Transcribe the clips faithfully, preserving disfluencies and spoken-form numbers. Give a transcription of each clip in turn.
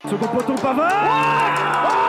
Second poteau, Pavard.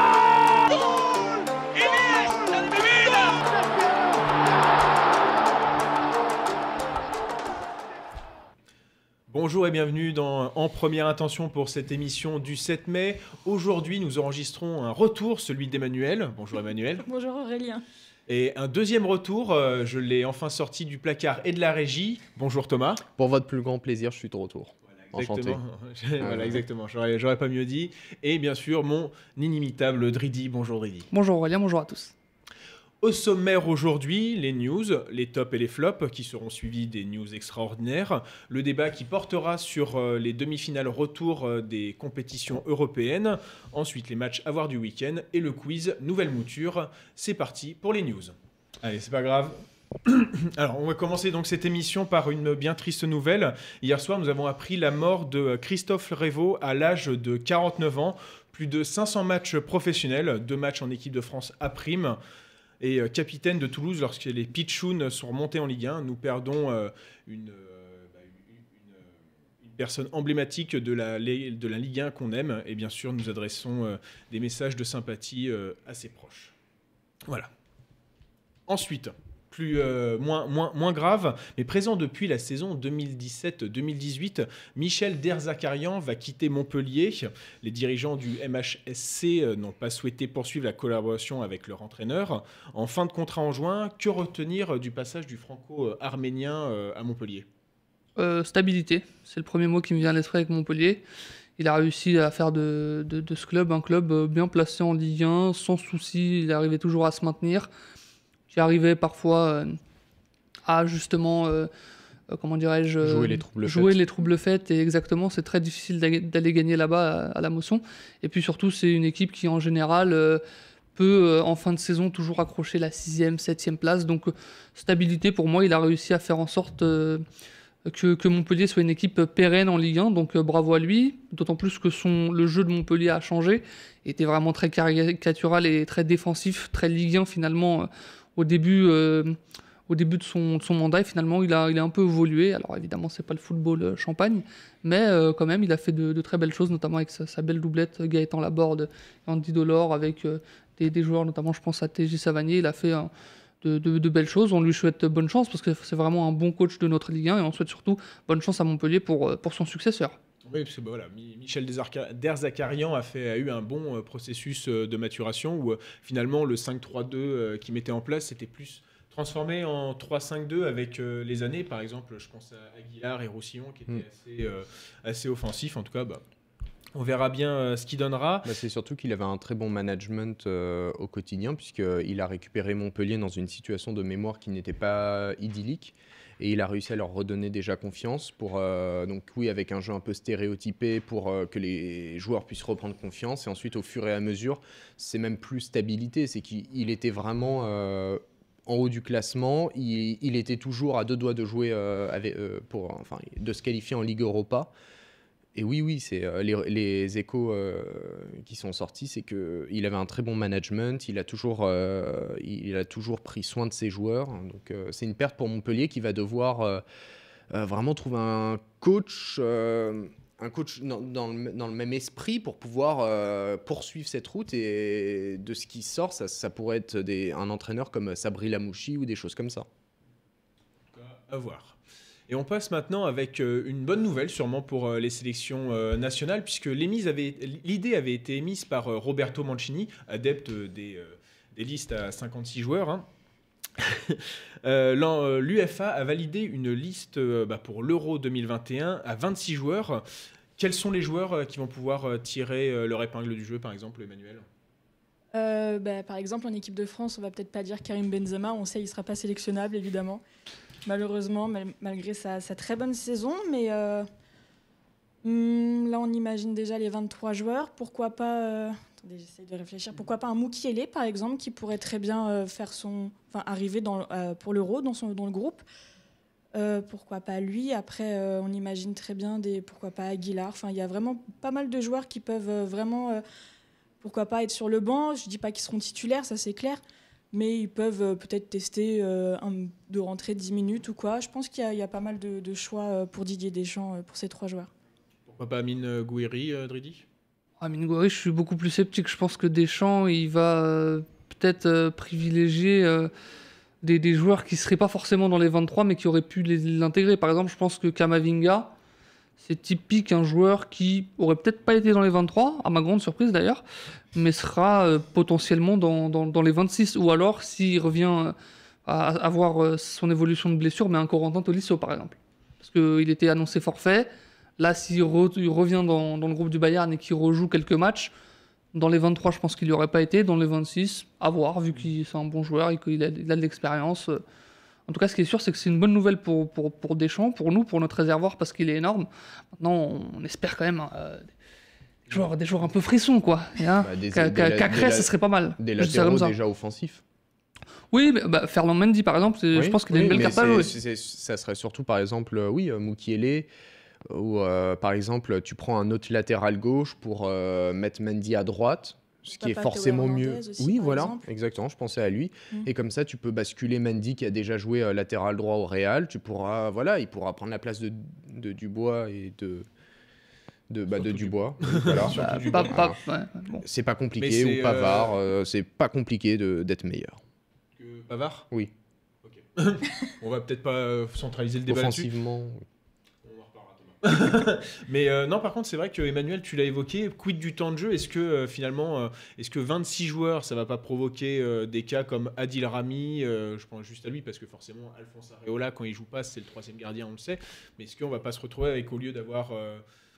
Bonjour et bienvenue dans En Première Intention pour cette émission du sept mai. Aujourd'hui, nous enregistrons un retour, celui d'Emmanuel. Bonjour Emmanuel. Bonjour Aurélien. Et un deuxième retour, euh, je l'ai enfin sorti du placard et de la régie. Bonjour Thomas. Pour votre plus grand plaisir, je suis de retour. Voilà, exactement. Enchanté. Voilà, exactement. J'aurais, j'aurais pas mieux dit. Et bien sûr, mon inimitable Dridi. Bonjour Dridi. Bonjour Aurélien, bonjour à tous. Au sommaire aujourd'hui, les news, les tops et les flops qui seront suivis des news extraordinaires, le débat qui portera sur euh, les demi-finales retour euh, des compétitions européennes, ensuite les matchs à voir du week-end et le quiz nouvelle mouture. C'est parti pour les news. Allez, c'est pas grave. Alors, on va commencer donc cette émission par une bien triste nouvelle. Hier soir, nous avons appris la mort de Christophe Révaux à l'âge de quarante-neuf ans. Plus de cinq cents matchs professionnels, deux matchs en équipe de France A prime. Et euh, capitaine de Toulouse lorsque les Pitchouns sont remontés en Ligue un. Nous perdons euh, une, euh, bah, une, une, une personne emblématique de la, de la Ligue un qu'on aime. Et bien sûr, nous adressons euh, des messages de sympathie euh, à ses proches. Voilà. Ensuite, plus, euh, moins, moins, moins grave, mais présent depuis la saison deux mille dix-sept deux mille dix-huit, Michel Derzakarian va quitter Montpellier. Les dirigeants du M H S C euh, n'ont pas souhaité poursuivre la collaboration avec leur entraîneur. En fin de contrat en juin, que retenir du passage du franco-arménien euh, à Montpellier ? euh, Stabilité, c'est le premier mot qui me vient à l'esprit avec Montpellier. Il a réussi à faire de, de, de ce club un club bien placé en Ligue un, sans souci, il arrivait toujours à se maintenir. Qui arrivait parfois euh, à justement, euh, euh, comment dirais-je, jouer les troubles jouer faits. les troubles faits. Et exactement, c'est très difficile d'aller gagner là-bas à, à la Mosson. Et puis surtout, c'est une équipe qui en général euh, peut euh, en fin de saison toujours accrocher la sixième, septième place. Donc euh, stabilité pour moi, il a réussi à faire en sorte euh, que, que Montpellier soit une équipe pérenne en Ligue un. Donc euh, bravo à lui. D'autant plus que son, le jeu de Montpellier a changé, était vraiment très caricatural et très défensif, très Ligue un finalement. Euh, Au début, euh, au début de, son, de son mandat, et finalement, il a, il a un peu évolué. Alors évidemment, c'est pas le football euh, champagne, mais euh, quand même, il a fait de, de très belles choses, notamment avec sa, sa belle doublette Gaëtan Laborde et Andy Delors, avec euh, des, des joueurs, notamment, je pense à T J Savanier. Il a fait euh, de, de, de belles choses. On lui souhaite bonne chance, parce que c'est vraiment un bon coach de notre Ligue un, et on souhaite surtout bonne chance à Montpellier pour, pour son successeur. Oui, parce que bah, voilà, Michel Derzakarian a, fait, a eu un bon euh, processus euh, de maturation où euh, finalement le cinq trois deux euh, qu'il mettait en place c'était plus transformé en trois cinq deux avec euh, les années. Par exemple, je pense à Aguilar et Roussillon qui étaient mm. assez, euh, assez offensifs. En tout cas, bah, on verra bien euh, ce qu'il donnera. Bah, c'est surtout qu'il avait un très bon management euh, au quotidien puisqu'il a récupéré Montpellier dans une situation de mémoire qui n'était pas idyllique. Et il a réussi à leur redonner déjà confiance, pour, euh, donc oui, avec un jeu un peu stéréotypé pour euh, que les joueurs puissent reprendre confiance. Et ensuite, au fur et à mesure, c'est même plus stabilité. C'est qu'il était vraiment euh, en haut du classement. Il, il était toujours à deux doigts de jouer, euh, avec, euh, pour, enfin, de se qualifier en Ligue Europa. Et oui, oui, c'est euh, les, les échos euh, qui sont sortis, c'est qu'il avait un très bon management, il a toujours, euh, il a toujours pris soin de ses joueurs. Donc euh, c'est une perte pour Montpellier qui va devoir euh, euh, vraiment trouver un coach, euh, un coach dans, dans, le, dans le même esprit pour pouvoir euh, poursuivre cette route. Et de ce qui sort, ça, ça pourrait être des, un entraîneur comme Sabri Lamouchi ou des choses comme ça. À voir. Et on passe maintenant avec euh, une bonne nouvelle sûrement pour euh, les sélections euh, nationales, puisque avait, l'idée avait été émise par euh, Roberto Mancini, adepte des, euh, des listes à cinquante-six joueurs. Hein. euh, L'U F A a validé une liste euh, bah, pour l'Euro deux mille vingt et un à vingt-six joueurs. Quels sont les joueurs euh, qui vont pouvoir euh, tirer euh, leur épingle du jeu, par exemple, Emmanuel ? euh, bah, Par exemple, en équipe de France, on va peut-être pas dire Karim Benzema, on sait qu'il ne sera pas sélectionnable, évidemment. Malheureusement, mal, malgré sa, sa très bonne saison. Mais euh, hum, là, on imagine déjà les vingt-trois joueurs. Pourquoi pas... Euh, attendez, j'essaie de réfléchir. Pourquoi pas un Mukiele, par exemple, qui pourrait très bien euh, faire son, enfin, arriver dans, euh, pour l'Euro dans, son, dans le groupe. Euh, pourquoi pas lui. Après, euh, on imagine très bien des... Pourquoi pas Aguilar. Enfin, il y a vraiment pas mal de joueurs qui peuvent euh, vraiment... Euh, pourquoi pas être sur le banc. Je ne dis pas qu'ils seront titulaires, ça c'est clair. Mais ils peuvent euh, peut-être tester euh, un, de rentrer dix minutes ou quoi. Je pense qu'il y, y a pas mal de, de choix euh, pour Didier Deschamps euh, pour ces trois joueurs. Pourquoi pas Amine Gouiri, euh, Dridi ? Ah, Minguari, je suis beaucoup plus sceptique. Je pense que Deschamps, il va euh, peut-être euh, privilégier euh, des, des joueurs qui ne seraient pas forcément dans les vingt-trois, mais qui auraient pu les- l'intégrer. Par exemple, je pense que Kamavinga, c'est typique un joueur qui aurait peut-être pas été dans les vingt-trois, à ma grande surprise d'ailleurs, mais sera euh, potentiellement dans, dans, dans les vingt-six. Ou alors, s'il revient euh, à, à avoir euh, son évolution de blessure, mais un Corentin Tolisso, par exemple. Parce qu'il était annoncé forfait. Là, s'il re- il revient dans, dans le groupe du Bayern et qu'il rejoue quelques matchs, dans les vingt-trois, je pense qu'il n'y aurait pas été. Dans les vingt-six, à voir, vu qu'il c'est un bon joueur et qu'il a, il a de l'expérience. En tout cas, ce qui est sûr, c'est que c'est une bonne nouvelle pour, pour, pour Deschamps, pour nous, pour notre réservoir, parce qu'il est énorme. Maintenant, on espère quand même euh, des, joueurs, des joueurs un peu frissons, quoi. Et, hein, Bah, des- Ca- des Ca- la- Cacré, des la- ce serait pas mal. Des Je dis ça comme latéraux ça. déjà offensifs. Oui, mais, bah, Ferland Mendy, par exemple, c'est- Oui, je pense qu'il a oui, une belle mais carte à c'est- jouer. c'est- c'est- Ça serait surtout, par exemple, euh, oui, euh, Mukiele, ou euh, par exemple, tu prends un autre latéral gauche pour euh, mettre Mendy à droite, ce qui est Papa forcément Théo mieux. Hernandez aussi, Oui, par voilà, exemple. exactement, je pensais à lui. Mm. Et comme ça, tu peux basculer Mendy qui a déjà joué euh, latéral droit au Real. Tu pourras, voilà, il pourra prendre la place de, de Dubois et de. De, bah, de Surtout Dubois. Voilà. Bah, du pas- bon. pas- ouais, ouais, bon. C'est pas compliqué, Mais c'est, ou Pavard, euh, euh, c'est pas compliqué de- d'être meilleur. Que Pavard. Oui. Ok. On va peut-être pas euh, centraliser le débat là-dessus. Offensivement, oui. On en reparlera, Thomas. Mais euh, non, par contre, c'est vrai que Emmanuel, tu l'as évoqué. Quid du temps de jeu? Est-ce que euh, finalement, euh, est-ce que vingt-six joueurs, ça va pas provoquer euh, des cas comme Adil Rami? euh, Je pense juste à lui parce que forcément, Alphonse Areola, quand il joue pas, c'est le troisième gardien, on le sait. Mais est-ce qu'on va pas se retrouver avec, au lieu d'avoir euh,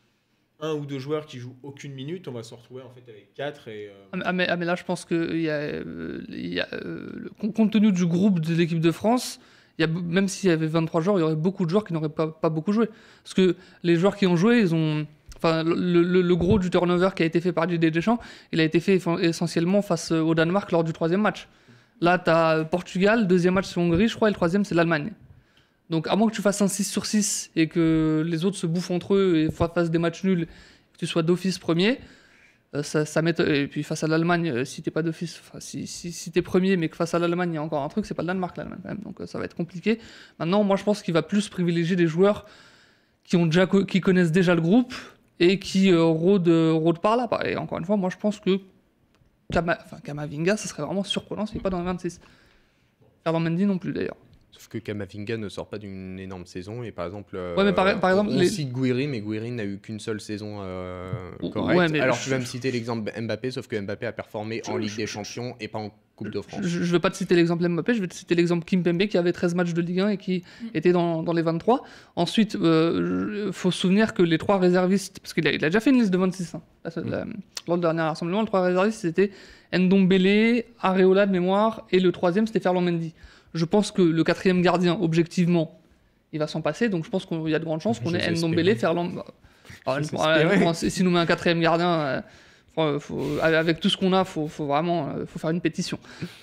un ou deux joueurs qui jouent aucune minute, on va se retrouver en fait avec quatre et euh, Ah, mais- ah, mais, ah, mais là, je pense que il y a, euh, il y a, euh, le- com- compte tenu du groupe de l'équipe de France, il y a, b- même s'il y avait vingt-trois joueurs, il y aurait beaucoup de joueurs qui n'auraient pas, pas beaucoup joué. Parce que les joueurs qui ont joué, ils ont. Enfin, le, le- le gros du turnover qui a été fait par Didier Deschamps, il a été fait eff- essentiellement face au Danemark lors du troisième match. Là, tu as Portugal, deuxième match c'est Hongrie, je crois, et le troisième c'est l'Allemagne. Donc, à moins que tu fasses un six sur six et que les autres se bouffent entre eux et fa- fassent des matchs nuls, que tu sois d'office premier, euh, ça, ça m'étonne. Et puis face à l'Allemagne, euh, si t'es pas d'office, enfin, si, si, si t'es premier, mais que face à l'Allemagne, il y a encore un truc, c'est pas le Danemark, l'Allemagne, quand même. Donc, euh, ça va être compliqué. Maintenant, moi, je pense qu'il va plus privilégier des joueurs qui, ont déjà, co- qui connaissent déjà le groupe et qui euh, rôdent, euh, rôdent par là. Et encore une fois, moi, je pense que Kama, enfin, Kamavinga, ça serait vraiment surprenant s'il n'est pas dans les vingt-six. Ferland Mendy non plus, d'ailleurs. Sauf que Kamavinga ne sort pas d'une énorme saison et par exemple, euh, Ouais, mais par- par exemple, on les- cite Guiri, mais Guiri n'a eu qu'une seule saison euh, Ouais, correcte. mais Alors je- tu vas me citer l'exemple Mbappé, sauf que Mbappé a performé en Ligue des Champions et pas en Coupe de France. Je ne vais pas te citer l'exemple Mbappé, je vais te citer l'exemple Kimpembe qui avait treize matchs de Ligue un et qui était dans, dans les vingt-trois. Ensuite, il faut se souvenir que les trois réservistes, parce qu'il a, il a déjà fait une liste de vingt-six, hein, la- la- lors du dernier rassemblement, les trois réservistes c'était Ndombele, Areola de mémoire, et le troisième c'était Ferland Mendy. Je pense que le quatrième gardien, objectivement, il va s'en passer, donc je pense qu'il y a de grandes chances qu'on ait J'ose Ndombele, espérer. Ferland... Ah, J'ose ouais, espérer. bon, si si nous met un quatrième gardien... euh, faut- faut- avec tout ce qu'on a, il faut, faut vraiment euh, faut faire une pétition.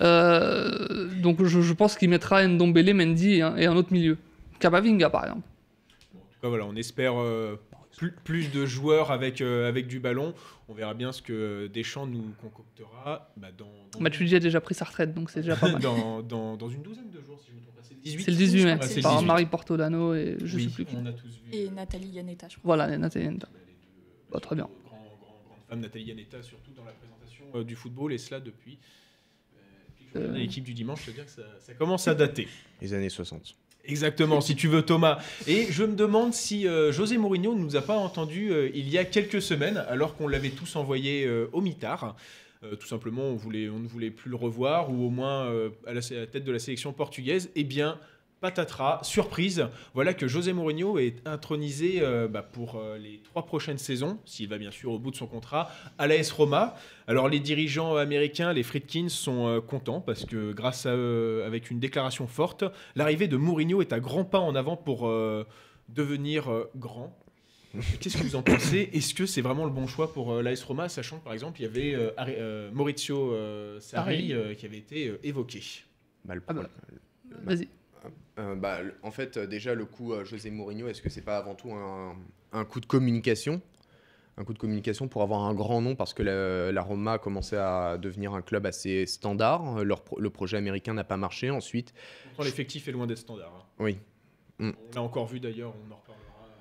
Euh, donc je, je pense qu'il mettra Ndombele, Mendy et un, et un autre milieu. Kamavinga, par exemple. Bon, en tout cas, voilà, on espère euh, plus, plus de joueurs avec, euh, avec du ballon. On verra bien ce que Deschamps nous concoctera bah, dans, dans, Matuidi a déjà pris sa retraite, donc c'est déjà pas mal. dans, dans, dans une douzaine de jours, si je me trompe pas. C'est le dix-huit. C'est le dix-huit mai, crois que c'est le par dix-huit. Marie Portolano et je Oui, sais plus qui. on a tous vu. Et Nathalie Yanetta, je crois. Voilà, les Nathalie. les deux, Bah, très bien. Grand, grand, grande femme, Nathalie Yanetta, surtout dans la présentation euh, du football, et cela depuis, euh, depuis que je regarde Euh. l'équipe du dimanche, je veux dire que ça, ça commence à dater. Les années soixante. Exactement, si tu veux Thomas. Et je me demande si euh, José Mourinho ne nous a pas entendu euh, il y a quelques semaines, alors qu'on l'avait tous envoyé euh, au mitard. Euh, tout simplement, on, voulait, on ne voulait plus le revoir, ou au moins euh, à, la, à la tête de la sélection portugaise. Eh bien, patatras, surprise, voilà que José Mourinho est intronisé euh, bah, pour euh, les trois prochaines saisons, s'il va bien sûr au bout de son contrat, à l'A S Roma. Alors les dirigeants américains, les Friedkins, sont euh, contents parce que grâce à eux, avec une déclaration forte, l'arrivée de Mourinho est un grand pas en avant pour euh, devenir euh, grand. Qu'est-ce que vous en pensez? Est-ce que c'est vraiment le bon choix pour euh, l'A S Roma, sachant que par exemple il y avait euh, Ari- euh, Maurizio euh, Sarri euh, qui avait été euh, évoqué? Bah, le Ah bah. problème- Vas-y. Euh, bah, le- en fait, euh, déjà, le coup euh, José Mourinho, est-ce que c'est pas avant tout un, un coup de communication Un coup de communication pour avoir un grand nom, parce que la, la Roma a commencé à devenir un club assez standard. Euh, Leur pro- le projet américain n'a pas marché. Ensuite, Pourtant l'effectif est loin d'être standard. hein. oui. On l'a encore vu d'ailleurs, on en reparlera.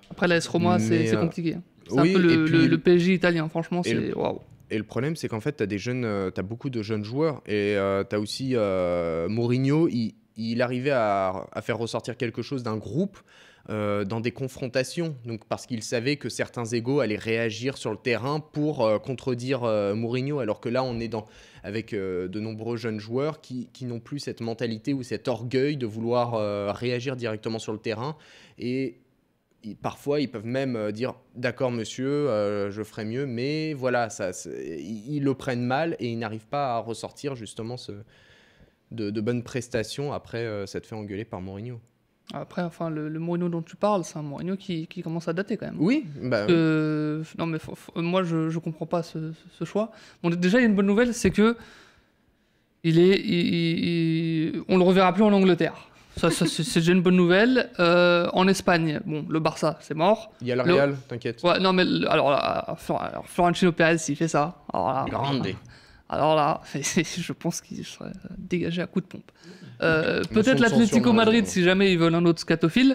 Après, la S Roma, Mais, c'est c'est euh, compliqué. C'est oui, un peu le, et puis- le- le P S G italien, franchement, et c'est le- waouh. Et le problème, c'est qu'en fait, tu as des jeunes, euh, t'as beaucoup de jeunes joueurs. Et tu as aussi euh, Mourinho, il, il arrivait à, à faire ressortir quelque chose d'un groupe euh, dans des confrontations. Donc, parce qu'il savait que certains égos allaient réagir sur le terrain pour euh, contredire euh, Mourinho. Alors que là, on est dans, avec euh, de nombreux jeunes joueurs qui, qui n'ont plus cette mentalité ou cet orgueil de vouloir euh, réagir directement sur le terrain. Et Ils- parfois, ils peuvent même euh, dire « D'accord, monsieur, euh, je ferai mieux », mais voilà, ça, c'est- ils, ils le prennent mal et ils n'arrivent pas à ressortir justement ce, de, de bonnes prestations après euh, s'être fait engueuler par Mourinho. Après, enfin, le, le Mourinho dont tu parles, c'est un Mourinho qui, qui commence à dater quand même. Oui, bah, oui. Euh, non, mais faut- faut- moi, je ne comprends pas ce, ce choix. Bon, déjà, il y a une bonne nouvelle, c'est que il est, il- il- il- on le reverra plus en Angleterre. Ça, ça, c'est c'est déjà une bonne nouvelle. Euh, en Espagne, bon, le Barça, c'est mort. Il y a le le- Real, t'inquiète. Ouais, non, mais le- alors, là, Flor- alors, Florentino Pérez, s'il fait ça, alors là, Grande. alors là, je pense qu'il serait dégagé à coups de pompe. Euh, Mention Peut-être de l'Atlético censure, Madrid, malheureusement. si jamais ils veulent un autre scatophile.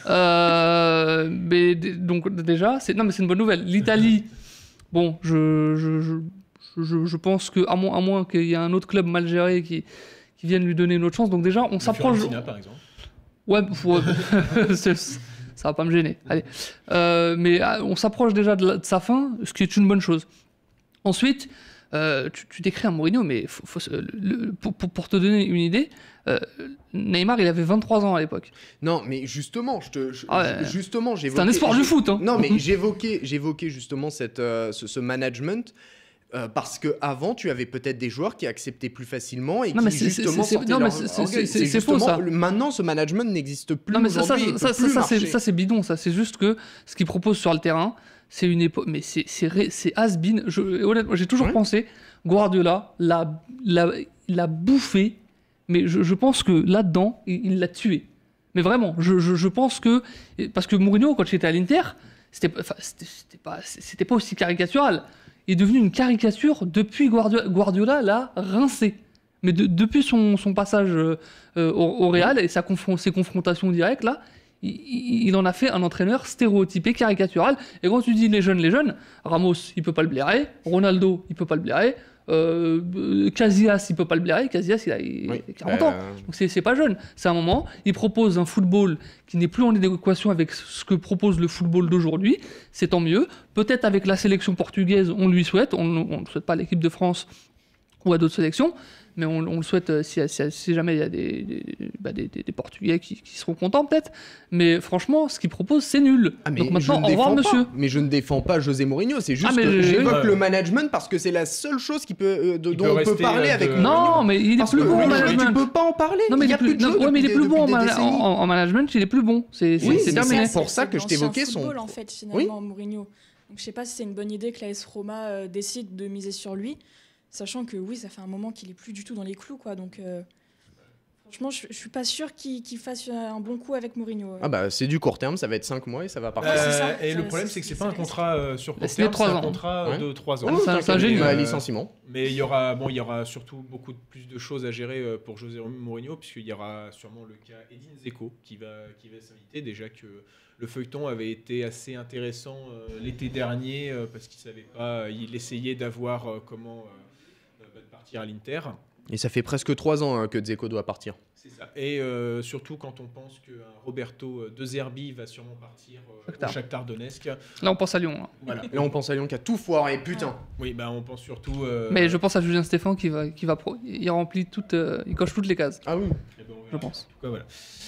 Euh, mais d- donc déjà, c'est non, mais c'est une bonne nouvelle. L'Italie, bon, je, je, je, je, je pense que à moins, à moins qu'il y ait un autre club mal géré qui, qui vienne lui donner une autre chance. Donc déjà, on La s'approche. Fiorentina, par exemple. Ouais, faut- c'est- ça va pas me gêner. Allez, Euh, mais ah, on s'approche déjà de, la- de sa fin, ce qui est une bonne chose. Ensuite, euh, tu, tu décris un Mourinho, mais faut- faut se- le- pour, pour- pour te donner une idée, euh, Neymar, il avait vingt-trois ans à l'époque. Non, mais justement, je te, je- Ah ouais. justement, C'est j'évoquais... un espoir du j'ai- foot. Hein. Non, mais j'évoquais, j'évoquais justement cette, euh, ce, ce management. euh, parce que avant, tu avais peut-être des joueurs qui acceptaient plus facilement et Non, mais qui c'est- c'est- justement c'est- sortaient non, mais leur c'est- c'est- orgueil. c'est- c'est justement- faux, ça. le- Maintenant, ce management n'existe plus Non, mais ça, ça, aujourd'hui. il ça, peut ça, plus ça, c'est- marcher. ça, c'est bidon. Ça, c'est juste que ce qu'il propose sur le terrain, c'est une époque. Mais c'est c'est ré- c'est has-been. Je- Honnêtement, j'ai toujours Ouais. pensé, Guardiola l'a l'a- l'a bouffé, mais je, je pense que là-dedans, il il l'a tué. Mais vraiment, je, je, je pense que. Parce que Mourinho, quand j'étais à l'Inter, c'était enfin, c'était- c'était pas, c'était pas aussi caricatural. Il est devenu une caricature depuis Guardiola, Guardiola l'a rincé. Mais de- depuis son, son passage euh, euh, au, au Real et sa confron- ses confrontations directes, là, il, il- il en a fait un entraîneur stéréotypé, caricatural. Et quand tu dis les jeunes, les jeunes, Ramos, il peut pas le blairer, Ronaldo, il peut pas le blairer, euh, euh, Casillas, il peut pas le blairer, Casillas, il a, il Oui, a quarante bah, ans. Donc c'est c'est pas jeune. C'est un moment, il propose un football qui n'est plus en adéquation avec ce que propose le football d'aujourd'hui. C'est tant mieux. Peut-être avec la sélection portugaise, on lui souhaite. On ne souhaite pas à l'équipe de France ou à d'autres sélections. Mais on, on le souhaite euh, si, si- si jamais il y a des, des, bah, des- des- des Portugais qui, qui seront contents peut-être. Mais franchement, ce qu'il propose, c'est nul. Ah, mais Donc je maintenant, ne au revoir défends pas. monsieur. Mais je ne défends pas José Mourinho, c'est juste Ah, mais que je- j'évoque oui. le management parce que c'est la seule chose qui peut, euh, de- Il dont peut on peut rester, parler euh, avec de- Mourinho. Non, mais il est Parce plus que bon en Mourinho, management. tu peux pas en parler. Non, mais il il y est a plus plus, de non, jeu ouais, mais il est depuis plus des- bon en, depuis des mana- décennies. en- en management, il est plus bon. C'est c'est- Oui, c'est c'est terminé. ça. pour ça que je l'ancien t'évoquais son- football, en fait, finalement, Mourinho. Donc je sais pas si c'est une bonne idée que l'A S Roma euh, décide de miser sur lui, sachant que oui, ça fait un moment qu'il est plus du tout dans les clous, quoi. Donc euh, franchement, je, je suis pas sûr qu'il qu'il fasse un bon coup avec Mourinho. Ah bah c'est du court terme, ça va être cinq mois et ça va partir. Ouais, c'est Euh, ça. et Ça, le problème, c'est- c'est que c'est c'est pas un risqué. contrat euh, sur court Bah, c'est terme, trois c'est un ans. contrat euh, Ouais. de trois ans. Oh, c'est un- c'est un T'inquiète, génie. bah, Euh, licenciement. Mais il y aura, bon, il y aura surtout beaucoup de, plus de choses à gérer euh, pour José Mourinho, puisqu'il y aura sûrement le cas Edin Dzeko qui va, qui va s'inviter. Déjà que le feuilleton avait été assez intéressant euh, l'été dernier, euh, parce qu'il savait pas, il essayait d'avoir euh, comment euh, bah, de partir à l'Inter. Et ça fait presque trois ans hein, que Dzeko doit partir. C'est ça. Et euh, surtout quand on pense qu'un Roberto De Zerbi va sûrement partir euh, Shakhtar. au Shakhtar Donetsk. Là, on pense à Lyon. hein. Voilà. Là on pense à Lyon qui a tout foiré, putain. Oui, bah on pense surtout. euh, Mais je pense à Julien Stéphan qui va, qui va pro- il remplit toutes, euh, il coche toutes les cases, Ah oui. eh ben, on je verra. pense. En tout cas, voilà.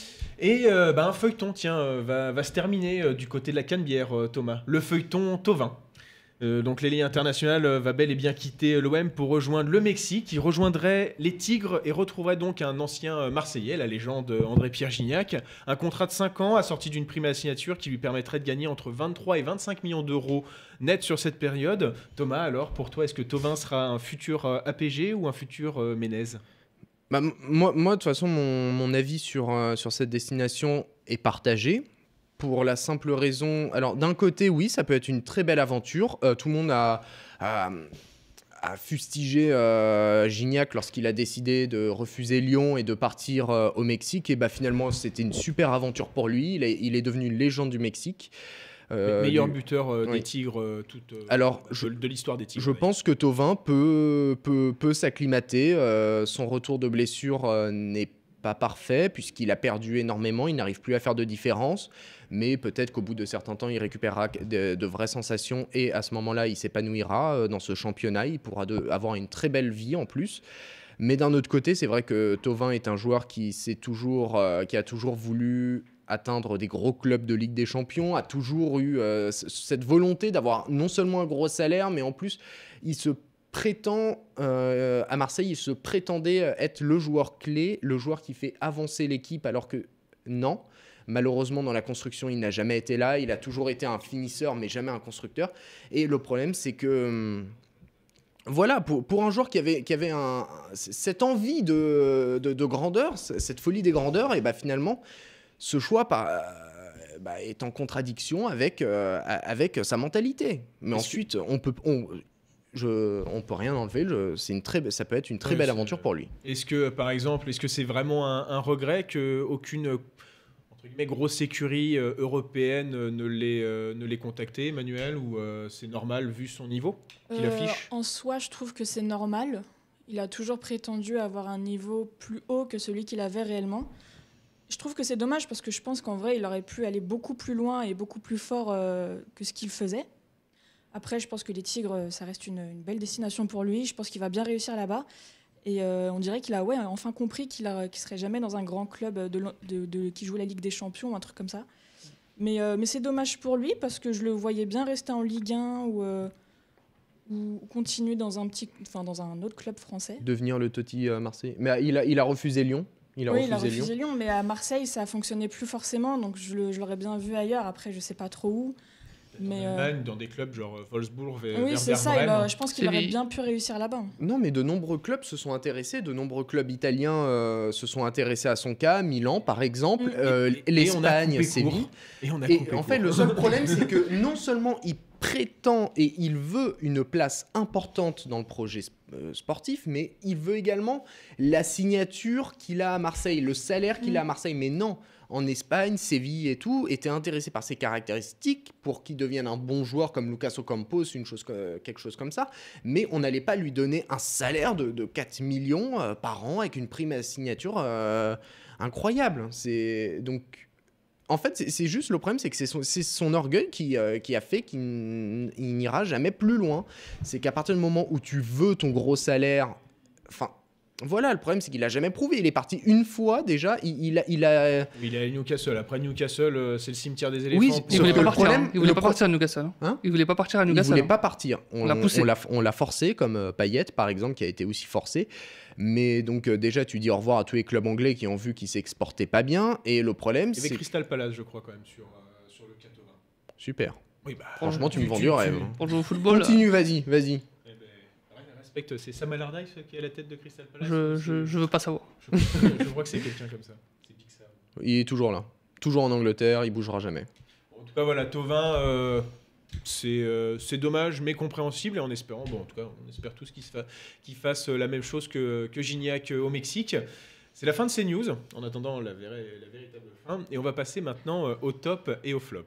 Et euh, bah, un feuilleton, tiens, euh, va, va se terminer euh, du côté de la Canebière, euh, Thomas. Le feuilleton Tovin. Euh, donc l'élite internationale euh, va bel et bien quitter l'O M pour rejoindre le Mexique. Il rejoindrait les Tigres et retrouverait donc un ancien euh, Marseillais, la légende euh, André-Pierre Gignac. Un contrat de cinq ans assorti d'une prime à la signature qui lui permettrait de gagner entre vingt-trois et vingt-cinq millions d'euros net sur cette période. Thomas, alors pour toi, est-ce que Tovin sera un futur euh, A P G ou un futur euh, Ménez? Bah, m- moi, moi, de toute façon, mon, mon avis sur, euh, sur cette destination est partagé. Pour la simple raison... Alors, d'un côté, oui, ça peut être une très belle aventure. Euh, tout le monde a, a, a fustigé euh, Gignac lorsqu'il a décidé de refuser Lyon et de partir euh, au Mexique. Et bah, finalement, c'était une super aventure pour lui. Il est, il est devenu une légende du Mexique. Euh, meilleur du... buteur euh, oui. des Tigres euh, toute, euh, Alors, de, je, de l'histoire des Tigres. je pense que Thauvin peut, peut, peut s'acclimater. Euh, son retour de blessure euh, n'est pas parfait puisqu'il a perdu énormément, il n'arrive plus à faire de différence, mais peut-être qu'au bout de certains temps, il récupérera de, de vraies sensations et à ce moment-là, il s'épanouira euh, dans ce championnat, il pourra de, avoir une très belle vie en plus. Mais d'un autre côté, c'est vrai que Thauvin est un joueur qui, s'est toujours, euh, qui a toujours voulu atteindre des gros clubs de Ligue des Champions, a toujours eu euh, c- cette volonté d'avoir non seulement un gros salaire, mais en plus, il se prétend, euh, à Marseille, il se prétendait être le joueur clé, le joueur qui fait avancer l'équipe, alors que non. Malheureusement, dans la construction, il n'a jamais été là. Il a toujours été un finisseur, mais jamais un constructeur. Et le problème, c'est que... Hum, voilà, pour, pour un joueur qui avait, qui avait un, cette envie de, de, de grandeur, cette folie des grandeurs, et bah finalement, ce choix par, euh, bah, est en contradiction avec, euh, avec sa mentalité. Mais Est-ce ensuite, on peut, on, je, on peut rien enlever. Je, c'est une très, ça peut être une très Ouais, belle c'est- aventure pour lui. Est-ce que, par exemple, est-ce que c'est vraiment un, un regret qu'aucune entre guillemets, grosse écurie euh, européenne euh, ne l'ait euh, ne l'ait contacté, Emmanuel, ou euh, c'est normal vu son niveau qu'il Euh, affiche? En soi, je trouve que c'est normal. Il a toujours prétendu avoir un niveau plus haut que celui qu'il avait réellement. Je trouve que c'est dommage parce que je pense qu'en vrai, il aurait pu aller beaucoup plus loin et beaucoup plus fort euh, que ce qu'il faisait. Après, je pense que les Tigres, euh, ça reste une, une belle destination pour lui. Je pense qu'il va bien réussir là-bas. Et euh, on dirait qu'il a ouais, enfin compris qu'il ne serait jamais dans un grand club de, l'en- de- de- qui joue la Ligue des Champions ou un truc comme ça. Mais, euh, mais c'est dommage pour lui parce que je le voyais bien rester en Ligue un ou, euh, ou continuer dans un, petit, enfin, dans un autre club français. Devenir le Totti euh, Marseille. Mais euh, il a, il a refusé Lyon. Il a oui, refusé, il a refusé Lyon. Lyon, mais à Marseille, ça fonctionnait plus forcément, donc je, le- je l'aurais bien vu ailleurs. Après, je sais pas trop où. Mais, en euh, Allemagne, dans des clubs genre euh, Wolfsburg, Ve- Oui, Werder c'est ça. il Bremen. a- je pense qu'il aurait Séville. bien pu réussir là-bas. Non, mais de nombreux clubs se sont intéressés. De nombreux clubs italiens euh, se sont intéressés à son cas. Milan, par exemple. Mm. Euh, Et- et on a L'Espagne, coupé Séville. court. Et on a Et coupé en fait, court. le seul problème, c'est que non seulement il prétend et il veut une place importante dans le projet euh, sportif, mais il veut également la signature qu'il a à Marseille, le salaire qu'il Mm. a à Marseille. Mais non, en Espagne, Séville et tout étaient intéressés par ses caractéristiques pour qu'il devienne un bon joueur comme Lucas Ocampos, une chose, co- quelque chose comme ça. Mais on n'allait pas lui donner un salaire de, de quatre millions euh, par an avec une prime à signature euh, incroyable. C'est donc. En fait, c'est- c'est juste le problème, c'est que c'est son, c'est son orgueil qui, euh, qui a fait qu'il n- il n'ira jamais plus loin. C'est qu'à partir du moment où tu veux ton gros salaire, enfin, voilà, le problème, c'est qu'il a jamais prouvé. Il est parti une fois déjà. Il, il a, il a- Il est à Newcastle. Après Newcastle, euh, c'est le cimetière des éléphants. Oui, pour- Il Sauf voulait que pas le partir. problème- hein. Il voulait le pas pro- partir à Newcastle. hein. Hein Il voulait pas partir à il Newcastle. voulait hein. pas partir. On l'a poussé. On l'a, on l'a forcé, comme euh, Payet, par exemple, qui a été aussi forcé. Mais donc, euh, déjà, tu dis au revoir à tous les clubs anglais qui ont vu qu'ils s'exportaient pas bien. Et le problème, Il y avait c'est... Crystal Palace, je crois, quand même, sur, euh, sur le quatre-vingts. Super. Oui, bah, Franchement, tu me vends du rêve. Pour jouer au football, Continue, vas-y, vas-y. eh ben, respecte, c'est Sam Allardyce qui est à la tête de Crystal Palace. je, ou je, c'est- je veux pas savoir. je, je crois que c'est quelqu'un comme ça. C'est Big Sam. Il est toujours là. Toujours en Angleterre, il bougera jamais. Bon, en tout cas, voilà, Thauvin, euh, c'est euh, c'est dommage, mais compréhensible, et en espérant, bon, en tout cas, on espère tous qu'il se fa- qu'il fasse euh, la même chose que, que Gignac euh, au Mexique. C'est la fin de ces news, en attendant la, véri- la véritable fin, et on va passer maintenant euh, au top et au flop.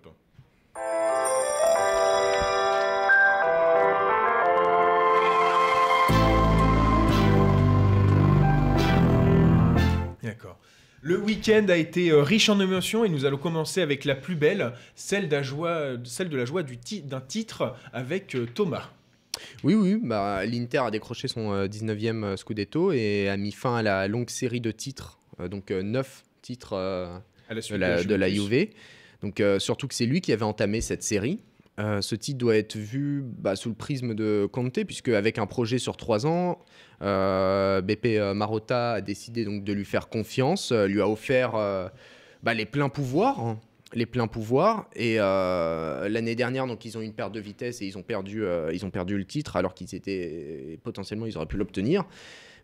D'accord. Le week-end a été euh, riche en émotions et nous allons commencer avec la plus belle, celle, d'un joie- celle de la joie du ti- d'un titre avec euh, Thomas. Oui, oui, bah, l'Inter a décroché son euh, dix-neuvième Scudetto et a mis fin à la longue série de titres, euh, donc euh, neuf titres euh, À la de suite la, de la Juventus. Juve. Donc, euh, surtout que c'est lui qui avait entamé cette série. Euh, ce titre doit être vu bah, sous le prisme de Conte, puisque avec un projet sur trois ans, euh, B P Marotta a décidé donc de lui faire confiance, euh, lui a offert euh, bah, les pleins pouvoirs, hein, les pleins pouvoirs. Et euh, l'année dernière, donc ils ont eu une perte de vitesse et ils ont perdu, euh, ils ont perdu le titre alors qu'ils étaient potentiellement ils auraient pu l'obtenir.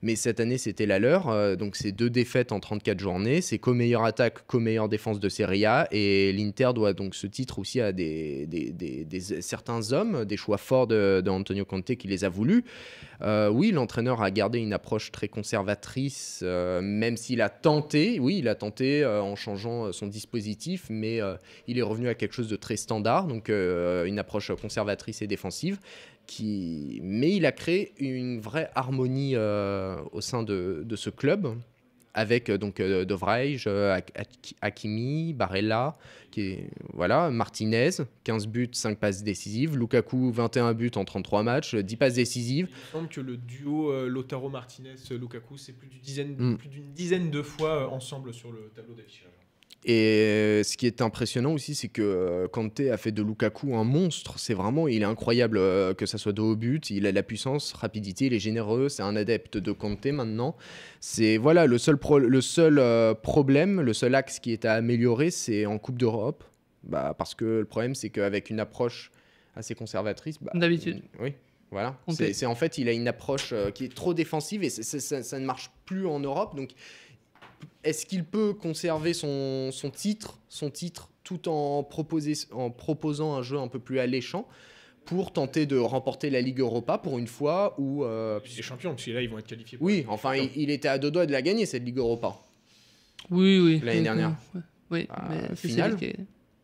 mais cette année c'était la leur. Euh, donc c'est deux défaites en trente-quatre journées, c'est co-meilleure attaque, co-meilleure défense de Serie A, et l'Inter doit donc ce titre aussi à des, des, des, des, certains hommes, des choix forts de, de Antonio Conte qui les a voulus. Euh, oui, l'entraîneur a gardé une approche très conservatrice, euh, même s'il a tenté, oui, il a tenté euh, en changeant son dispositif, mais euh, il est revenu à quelque chose de très standard, donc euh, une approche conservatrice et défensive. Qui... Mais il a créé une vraie harmonie euh, au sein de, de ce club, avec donc euh, De Vrij, euh, Hakimi, Barella, qui est, voilà, Martinez, quinze buts, cinq passes décisives, Lukaku, vingt et un buts en trente-trois matchs, dix passes décisives. Il me semble que le duo euh, Lautaro Martinez-Lukaku, c'est plus d'une dizaine, mm. plus d'une dizaine de fois euh, ensemble sur le tableau d'affichage. Et ce qui est impressionnant aussi, c'est que Conte a fait de Lukaku un monstre. C'est vraiment, il est incroyable, euh, que ça soit de haut but. Il a la puissance, rapidité, il est généreux. C'est un adepte de Conte maintenant. C'est voilà le seul, pro- le seul euh, problème, le seul axe qui est à améliorer, c'est en Coupe d'Europe. Bah, parce que le problème, c'est qu'avec une approche assez conservatrice, bah, d'habitude. Il, oui. Voilà. C'est, c'est en fait, il a une approche euh, qui est trop défensive et c'est, c'est, ça, ça ne marche plus en Europe. Donc est-ce qu'il peut conserver son, son titre, son titre tout en, proposer, en proposant un jeu un peu plus alléchant pour tenter de remporter la Ligue Europa pour une fois où... Euh, les champions, parce que là, ils vont être qualifiés. Pour oui, enfin, il, il était à deux doigts de la gagner, cette Ligue Europa. Oui, oui. L'année donc, dernière. Euh, oui, ah, mais finale. C'est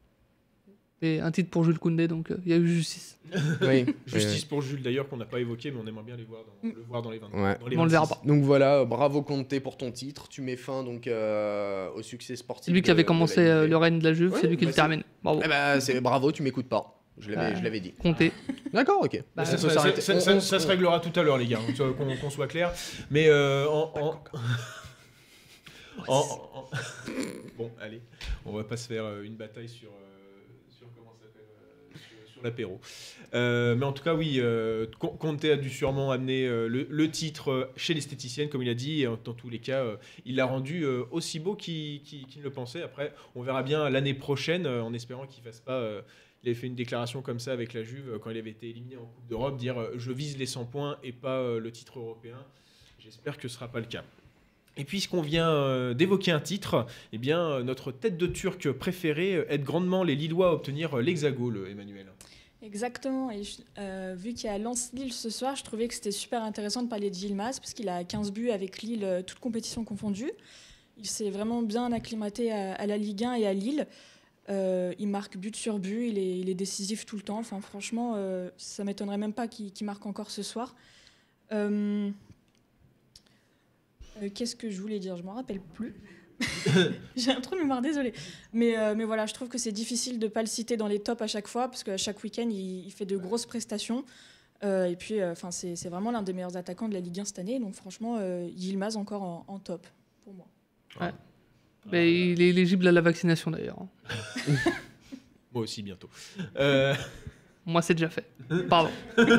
et un titre pour Jules Koundé, donc il euh, y a eu justice. Oui. Justice pour Jules d'ailleurs, qu'on n'a pas évoqué, mais on aimerait bien les voir dans, le voir dans les vingt. Ouais. Dans les on le verra pas. Donc voilà, bravo Conte pour ton titre. Tu mets fin donc euh, au succès sportif. C'est lui qui avait commencé euh, le règne de la Juve, ouais, c'est lui qui bah le termine. Bravo. Eh bah, c'est bravo, tu m'écoutes pas. Je l'avais, bah, je l'avais dit. Comptez. D'accord, ok. Bah, ça, ça, ça, ça, ça, ça se réglera tout à l'heure, les gars, qu'on, qu'on soit clair. Mais euh, en, en... en, en... bon, allez, on va pas se faire une bataille sur. l'apéro. Euh, mais en tout cas, oui, euh, Conte a dû sûrement amener euh, le, le titre chez l'esthéticienne, comme il a dit, et dans tous les cas, euh, il l'a rendu euh, aussi beau qu'il, qu'il, qu'il ne le pensait. Après, on verra bien l'année prochaine, euh, en espérant qu'il ne fasse pas... Euh, il avait fait une déclaration comme ça avec la Juve, euh, quand il avait été éliminé en Coupe d'Europe, dire euh, « je vise les cent points et pas euh, le titre européen ». J'espère que ce ne sera pas le cas. Et puisqu'on vient euh, d'évoquer un titre, eh bien, euh, notre tête de Turc préférée aide grandement les Lillois à obtenir euh, l'hexagone, Emmanuel. Exactement, et euh, vu qu'il y a Lens-Lille ce soir, je trouvais que c'était super intéressant de parler de Yilmaz, parce qu'il a quinze buts avec Lille, euh, toutes compétitions confondues. Il s'est vraiment bien acclimaté à, à la Ligue un et à Lille. Euh, il marque but sur but, il est, il est décisif tout le temps. Enfin, franchement, euh, ça ne m'étonnerait même pas qu'il, qu'il marque encore ce soir. Euh, euh, qu'est-ce que je voulais dire ? Je ne m'en rappelle plus. J'ai un trou de mémoire, désolée. Mais, euh, mais voilà, je trouve que c'est difficile de ne pas le citer dans les tops à chaque fois, parce qu'à chaque week-end, il, il fait de grosses prestations. Euh, et puis, euh, c'est, c'est vraiment l'un des meilleurs attaquants de la Ligue un cette année. Donc franchement, euh, Yilmaz encore en, en top, pour moi. Ouais. Mais il est éligible à la vaccination, d'ailleurs. Moi aussi, bientôt. Euh... Moi, c'est déjà fait. Pardon.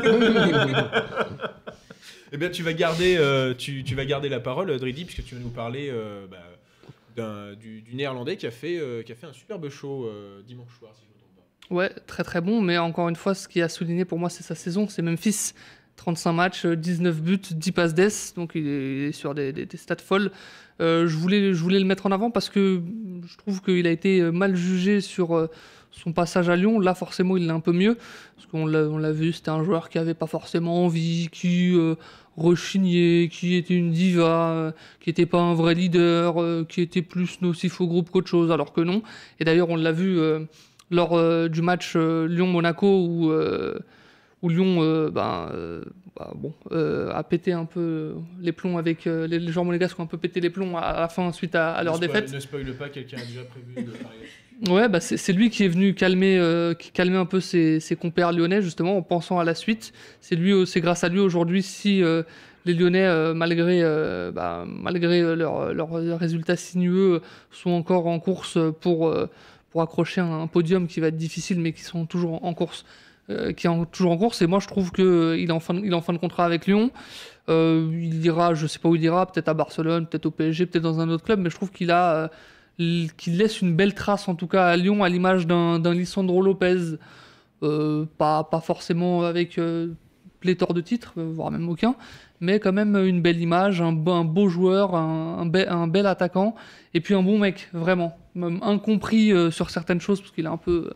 Eh bien, tu vas garder, euh, tu, tu vas garder la parole, Dridi, puisque tu vas nous parler... Euh, bah, D'un, du, du néerlandais qui a fait, euh, qui a fait un superbe show euh, dimanche soir, si je ne me trompe pas. Ouais, très très bon, mais encore une fois, ce qui a souligné pour moi, c'est sa saison. C'est Memphis, trente-cinq matchs, dix-neuf buts, dix passes d'ess, donc il est, il est sur des, des, des stats folles. Euh, je, voulais, je voulais le mettre en avant parce que je trouve qu'il a été mal jugé sur euh, son passage à Lyon. Là, forcément, il l'est un peu mieux, parce qu'on l'a, on l'a vu, c'était un joueur qui n'avait pas forcément envie, qui... Euh, rechigné, qui était une diva, euh, qui n'était pas un vrai leader, euh, qui était plus nocif au groupe qu'autre chose, alors que non. Et d'ailleurs, on l'a vu euh, lors euh, du match euh, Lyon-Monaco où, euh, où Lyon euh, ben, euh, bah, bon, euh, a pété un peu les plombs avec euh, les, les joueurs monégasques ont un peu pété les plombs à, à la fin suite à, à leur ne spoil, défaite. Ne spoil pas, quelqu'un a déjà prévu de parler. Ouais, bah c'est, c'est lui qui est venu calmer, euh, qui calmer un peu ses, ses compères lyonnais, justement, en pensant à la suite. C'est, lui, c'est grâce à lui aujourd'hui si euh, les Lyonnais, euh, malgré, euh, bah, malgré leurs leur résultats sinueux, sont encore en course pour, euh, pour accrocher un, un podium qui va être difficile, mais qui sont toujours en course. Euh, qui est en, toujours en course. Et moi, je trouve qu'il est en fin de, il est en fin de contrat avec Lyon. Euh, il ira, je ne sais pas où il ira, peut-être à Barcelone, peut-être au P S G, peut-être dans un autre club, mais je trouve qu'il a... Euh, qui laisse une belle trace en tout cas à Lyon, à l'image d'un, d'un Lisandro Lopez, euh, pas, pas forcément avec euh, pléthore de titres, voire même aucun, mais quand même une belle image, un, beau, un beau joueur, un, un, be, un bel attaquant, et puis un bon mec, vraiment. Même incompris euh, sur certaines choses, parce qu'il est un peu,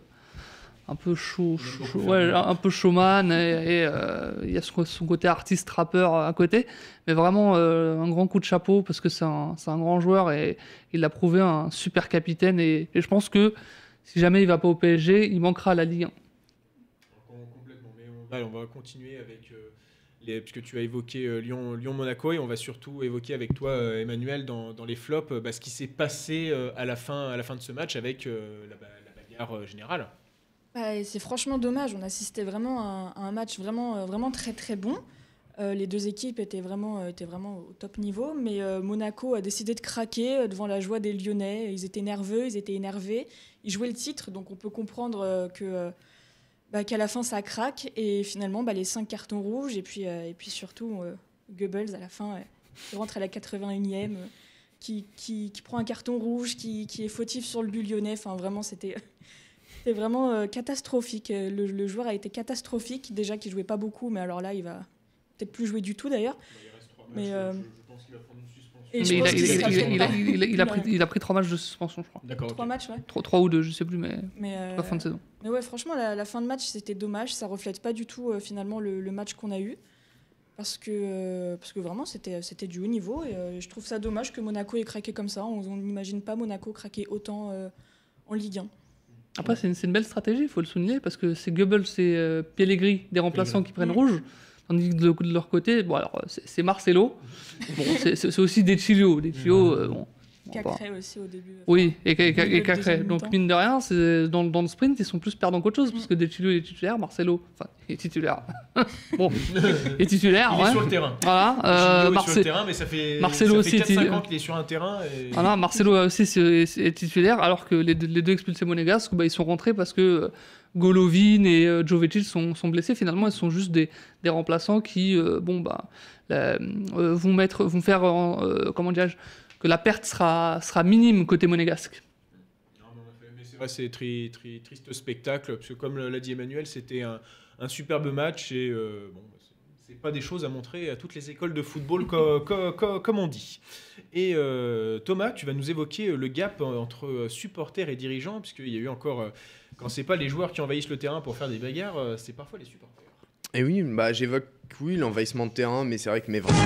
un peu chaud, chaud ouais, un peu showman, et, et euh, il y a son, son côté artiste, rappeur à côté, mais vraiment euh, un grand coup de chapeau, parce que c'est un, c'est un grand joueur, et il a prouvé un super capitaine, et, et je pense que si jamais il ne va pas au P S G, il manquera à la Ligue un. Complètement, mais on va, on va continuer avec... Euh... Les, puisque tu as évoqué euh, Lyon, Lyon-Monaco, et on va surtout évoquer avec toi, euh, Emmanuel, dans, dans les flops, euh, bah, ce qui s'est passé euh, à, la fin, à la fin de ce match avec euh, la, la bagarre euh, générale. Bah, c'est franchement dommage. On assistait vraiment à, à un match vraiment, euh, vraiment très très bon. Euh, les deux équipes étaient vraiment, euh, étaient vraiment au top niveau, mais euh, Monaco a décidé de craquer euh, devant la joie des Lyonnais. Ils étaient nerveux, ils étaient énervés. Ils jouaient le titre, donc on peut comprendre euh, que... Euh, Bah, qu'à la fin ça craque et finalement bah, les cinq cartons rouges et puis, euh, et puis surtout euh, Goebbels à la fin euh, qui rentre à la quatre-vingt-unième euh, qui, qui, qui prend un carton rouge qui, qui est fautif sur le but lyonnais, enfin vraiment c'était, c'était vraiment euh, catastrophique, le, le joueur a été catastrophique, déjà qu'il jouait pas beaucoup mais alors là il va peut-être plus jouer du tout d'ailleurs. Bah, il reste trois matchs, mais, euh, je, je pense qu'il va prendre une suspension. Mais il a, il, a, il, a, il, a, il, a, il, a pris, il a pris trois matchs de suspension, je crois. D'accord. Trois okay. matchs, ouais. Trois, trois ou deux, je sais plus, mais, mais euh, la fin de saison. Mais ouais, franchement, la, la fin de match, c'était dommage. Ça reflète pas du tout, euh, finalement, le, le match qu'on a eu. Parce que, euh, parce que vraiment, c'était, c'était du haut niveau. Et euh, je trouve ça dommage que Monaco ait craqué comme ça. On n'imagine pas Monaco craquer autant euh, en Ligue un. Après, c'est une, c'est une belle stratégie, il faut le souligner, parce que c'est Goebbels et euh, Pellegrini, des remplaçants qui prennent mmh. rouge. Tandis que de, de leur côté, bon, alors, c'est, c'est Marcelo. Bon, c'est, c'est aussi Decilio. Decilio, euh, bon. Cacré aussi au début. Oui, et, et, et, et Cacré. Donc, mine de rien, c'est, dans, dans le sprint, ils sont plus perdants qu'autre chose, mmh. parce que Decilio est titulaire, Marcelo, enfin, il est titulaire. bon, il est titulaire. Il ouais. est sur le terrain. Voilà. Euh, Marce... est sur le terrain, mais ça fait, Marcelo ça fait quatre cinq ans qu'il est sur un terrain. Et... Voilà, Marcelo aussi est, est titulaire, alors que les deux, les deux expulsés monégasques, bah, ils sont rentrés parce que Golovin et euh, Jovetic sont, sont blessés. Finalement, ils sont juste des, des remplaçants qui, euh, bon, bah, la, euh, vont mettre, vont faire, euh, comment dirais-je, que la perte sera, sera minime côté monégasque. Non, mais c'est vrai, c'est tri, tri, triste spectacle, parce que comme l'a dit Emmanuel, c'était un, un superbe match et euh, bon, c'est pas des choses à montrer à toutes les écoles de football co, co, co, comme on dit. Et euh, Thomas, tu vas nous évoquer le gap entre supporters et dirigeants, puisqu'il y a eu encore, quand c'est pas les joueurs qui envahissent le terrain pour faire des bagarres, c'est parfois les supporters. Et oui, bah, j'évoque oui, l'envahissement de terrain, mais c'est vrai que mes vrais...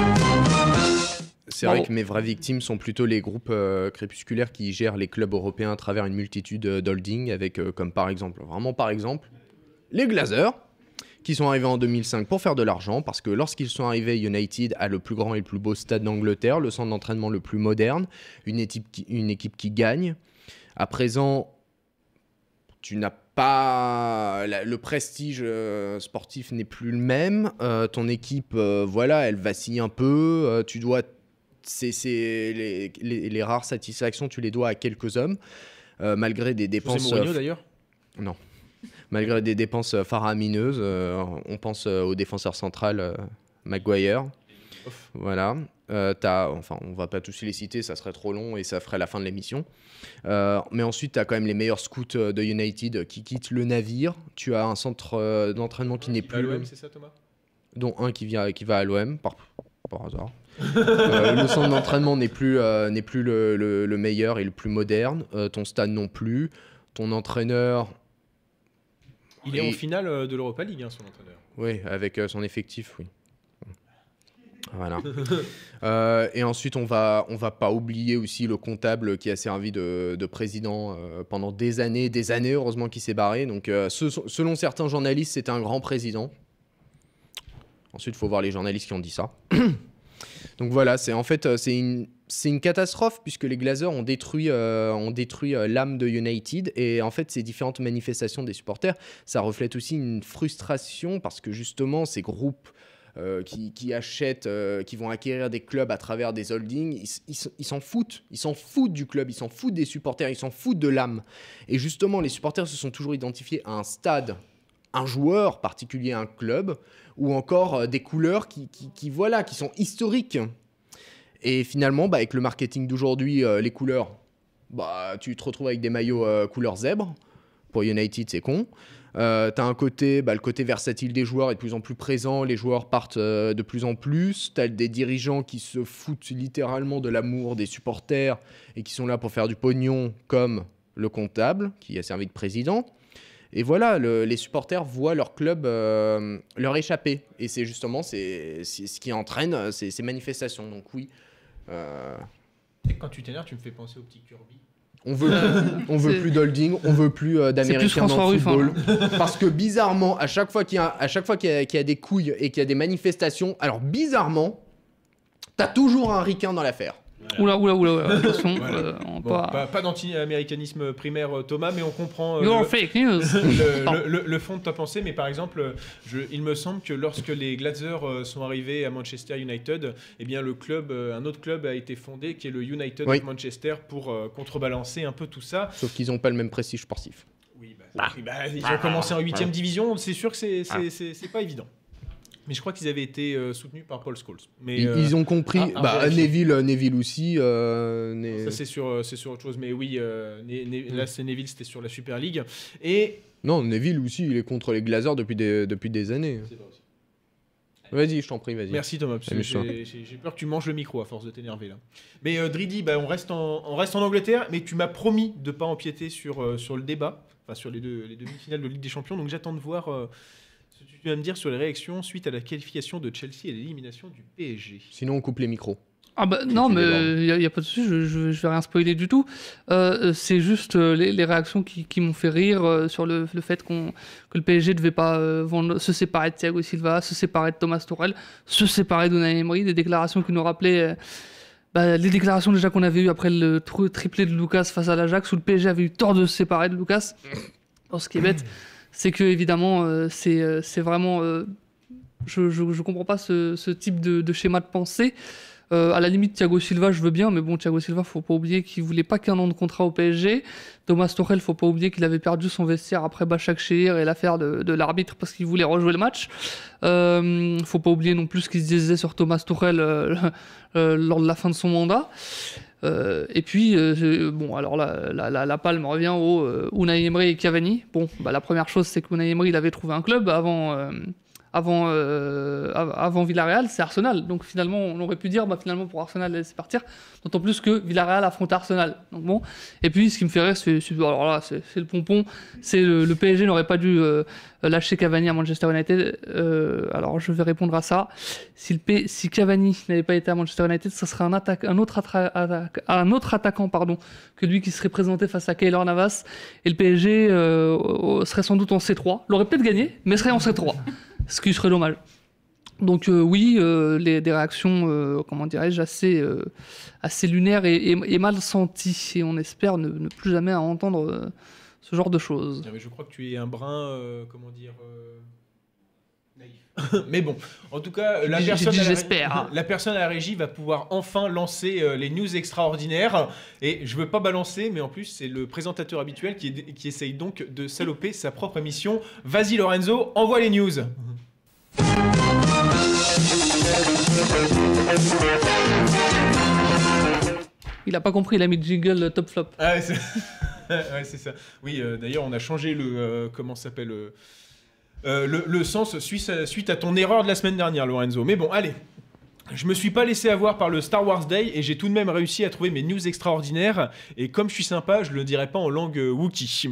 C'est vrai que mes vraies victimes sont plutôt les groupes euh, crépusculaires qui gèrent les clubs européens à travers une multitude euh, d'holdings, avec euh, comme par exemple, vraiment par exemple, les Glazers, qui sont arrivés en deux mille cinq pour faire de l'argent, parce que lorsqu'ils sont arrivés, United a le plus grand et le plus beau stade d'Angleterre, le centre d'entraînement le plus moderne, une équipe qui, une équipe qui gagne. À présent, tu n'as pas... La, le prestige euh, sportif n'est plus le même, euh, ton équipe, euh, voilà, elle vacille un peu, euh, tu dois... C'est, c'est les, les, les rares satisfactions, tu les dois à quelques hommes, euh, malgré des dépenses... José Mourinho, d'ailleurs ? Non. Malgré des dépenses faramineuses, euh, on pense euh, au défenseur central euh, Maguire. Ouf. Voilà. Euh, t'as, enfin, on va pas tous les citer, ça serait trop long et ça ferait la fin de l'émission. Euh, mais ensuite, tu as quand même les meilleurs scouts de United qui quittent le navire. Tu as un centre euh, d'entraînement qui ouais, n'est qui plus... l'O M, c'est ça, Thomas ? Dont un qui, vient, qui va à l'O M, par, par hasard. euh, le centre d'entraînement n'est plus, euh, n'est plus le, le, le meilleur et le plus moderne. Euh, ton stade non plus. Ton entraîneur... Il est et... en finale de l'Europa League, hein, son entraîneur. Oui, avec euh, son effectif, oui. Voilà. euh, et ensuite, on va, on va pas oublier aussi le comptable qui a servi de, de président euh, pendant des années, des années, heureusement qu'il s'est barré. Donc, euh, ce, selon certains journalistes, c'était un grand président. Ensuite, il faut voir les journalistes qui ont dit ça. Donc voilà, c'est en fait, c'est une, c'est une catastrophe puisque les Glazers ont détruit, euh, ont détruit euh, l'âme de United. Et en fait, ces différentes manifestations des supporters, ça reflète aussi une frustration parce que justement, ces groupes euh, qui, qui achètent, euh, qui vont acquérir des clubs à travers des holdings, ils, ils, ils s'en foutent. Ils s'en foutent du club, ils s'en foutent des supporters, ils s'en foutent de l'âme. Et justement, les supporters se sont toujours identifiés à un stade, un joueur particulier, un club, ou encore euh, des couleurs qui, qui, qui, voilà, qui sont historiques. Et finalement, bah, avec le marketing d'aujourd'hui, euh, les couleurs, bah, tu te retrouves avec des maillots euh, couleur zèbre. Pour United, c'est con. Euh, tu as un côté, bah, le côté versatile des joueurs est de plus en plus présent, les joueurs partent euh, de plus en plus, tu as des dirigeants qui se foutent littéralement de l'amour des supporters et qui sont là pour faire du pognon, comme le comptable, qui a servi de président. Et voilà, le, les supporters voient leur club euh, leur échapper. Et c'est justement c'est, c'est ce qui entraîne ces, ces manifestations. Donc oui. Euh... Et quand tu t'énerves, tu me fais penser au petit Kirby. On veut, on veut plus d'holding, on veut plus euh, d'américains dans le football. Ruffin, parce que bizarrement, à chaque fois qu'il y a, à chaque fois qu'il y a, qu'il y a des couilles et qu'il y a des manifestations, alors bizarrement, t'as toujours un ricain dans l'affaire. Voilà. Oula, oula, oula, attention. Voilà. euh, Bon, pas... pas, pas d'anti-américanisme primaire, Thomas, mais on comprend euh, You're le, fake news. le, le, le, le fond de ta pensée. Mais par exemple, je, il me semble que lorsque les Glazers sont arrivés à Manchester United, eh bien le club, un autre club a été fondé, qui est le United oui. of Manchester, pour euh, contrebalancer un peu tout ça. Sauf qu'ils n'ont pas le même prestige sportif. Oui, bah, ah. bah, ils ont commencé en huitième division, c'est sûr que c'est, c'est, ah. c'est, c'est pas évident. Mais je crois qu'ils avaient été euh, soutenus par Paul Scholes. Mais, ils, euh, ils ont compris. Ah, bah, Neville, Neville aussi. Euh, ne... Ça, c'est sur, c'est sur autre chose. Mais oui, euh, ne, ne, là, c'est Neville, c'était sur la Super League. Et... Non, Neville aussi, il est contre les Glazers depuis des, depuis des années. C'est vrai aussi. Vas-y, je t'en prie, vas-y. Merci Thomas, parce que j'ai, j'ai, j'ai peur que tu manges le micro à force de t'énerver là. Mais euh, Dridi, bah, on, reste en, on reste en Angleterre, mais tu m'as promis de ne pas empiéter sur, euh, sur le débat, enfin sur les, deux, les demi-finales de Ligue des Champions, donc j'attends de voir... Euh, tu vas me dire sur les réactions suite à la qualification de Chelsea et l'élimination du P S G. Sinon, on coupe les micros. Ah bah non, mais il n'y a, a pas de souci, je, je, je vais rien spoiler du tout. Euh, c'est juste euh, les, les réactions qui, qui m'ont fait rire euh, sur le, le fait qu'on, que le P S G ne devait pas euh, vendre, se séparer de Thiago Silva, se séparer de Thomas Tuchel, se séparer d'Unai Emery, des déclarations qui nous rappelaient... Euh, bah, les déclarations déjà qu'on avait eues après le tr- triplé de Lucas face à l'Ajax, où le P S G avait eu tort de se séparer de Lucas. Alors, ce qui est bête... c'est que évidemment euh, c'est, euh, c'est vraiment euh, je, je, je comprends pas ce, ce type de, de schéma de pensée. Euh, à la limite, Thiago Silva, je veux bien, mais bon, Thiago Silva, faut pas oublier qu'il voulait pas qu'un an de contrat au P S G. Thomas Tuchel, faut pas oublier qu'il avait perdu son vestiaire après Başakşehir et l'affaire de, de l'arbitre parce qu'il voulait rejouer le match. Euh, faut pas oublier non plus ce qu'il se disait sur Thomas Tuchel euh, euh, lors de la fin de son mandat. Euh, et puis, euh, bon, alors la, la, la, la palme revient au euh, Unai Emery et Cavani. Bon, bah, la première chose, c'est qu'Unai Emery, il avait trouvé un club avant, euh, avant, euh, avant Villarreal, c'est Arsenal. Donc finalement, on aurait pu dire, bah, finalement, pour Arsenal, laissez partir. D'autant plus que Villarreal affronte Arsenal. Donc bon. Et puis, ce qui me fait rire, c'est, c'est, alors là, c'est, c'est le pompon. C'est le, le P S G n'aurait pas dû euh, lâcher Cavani à Manchester United. Euh, alors, je vais répondre à ça. Si, le P... si Cavani n'avait pas été à Manchester United, ce serait un, attaque... un, autre, attra... attaque... un autre attaquant pardon, que lui qui serait présenté face à Keylor Navas. Et le P S G euh, serait sans doute en C trois. L'aurait peut-être gagné, mais serait en C trois. Ce qui serait dommage. Donc euh, oui, euh, les, des réactions, euh, comment dirais-je, assez, euh, assez lunaires et, et, et mal senties. Et on espère ne, ne plus jamais entendre euh, ce genre de choses. Ah, mais je crois que tu es un brin, euh, comment dire... Euh... naïf. Mais bon, en tout cas, la personne, dit, à la, j'espère. la personne à la régie va pouvoir enfin lancer euh, les news extraordinaires. Et je veux pas balancer, mais en plus, c'est le présentateur habituel qui, est, qui essaye donc de saloper sa propre émission. Vas-y Lorenzo, envoie les news. Il a pas compris, il a mis le jingle top flop. Ah ouais, c'est, ouais, c'est ça. Oui, euh, d'ailleurs, on a changé le... Euh, comment ça s'appelle euh... Euh, le, le sens suite à, suite à ton erreur de la semaine dernière, Lorenzo. Mais bon, allez. Je me suis pas laissé avoir par le Star Wars Day et j'ai tout de même réussi à trouver mes news extraordinaires. Et comme je suis sympa, je le dirai pas en langue Wookiee.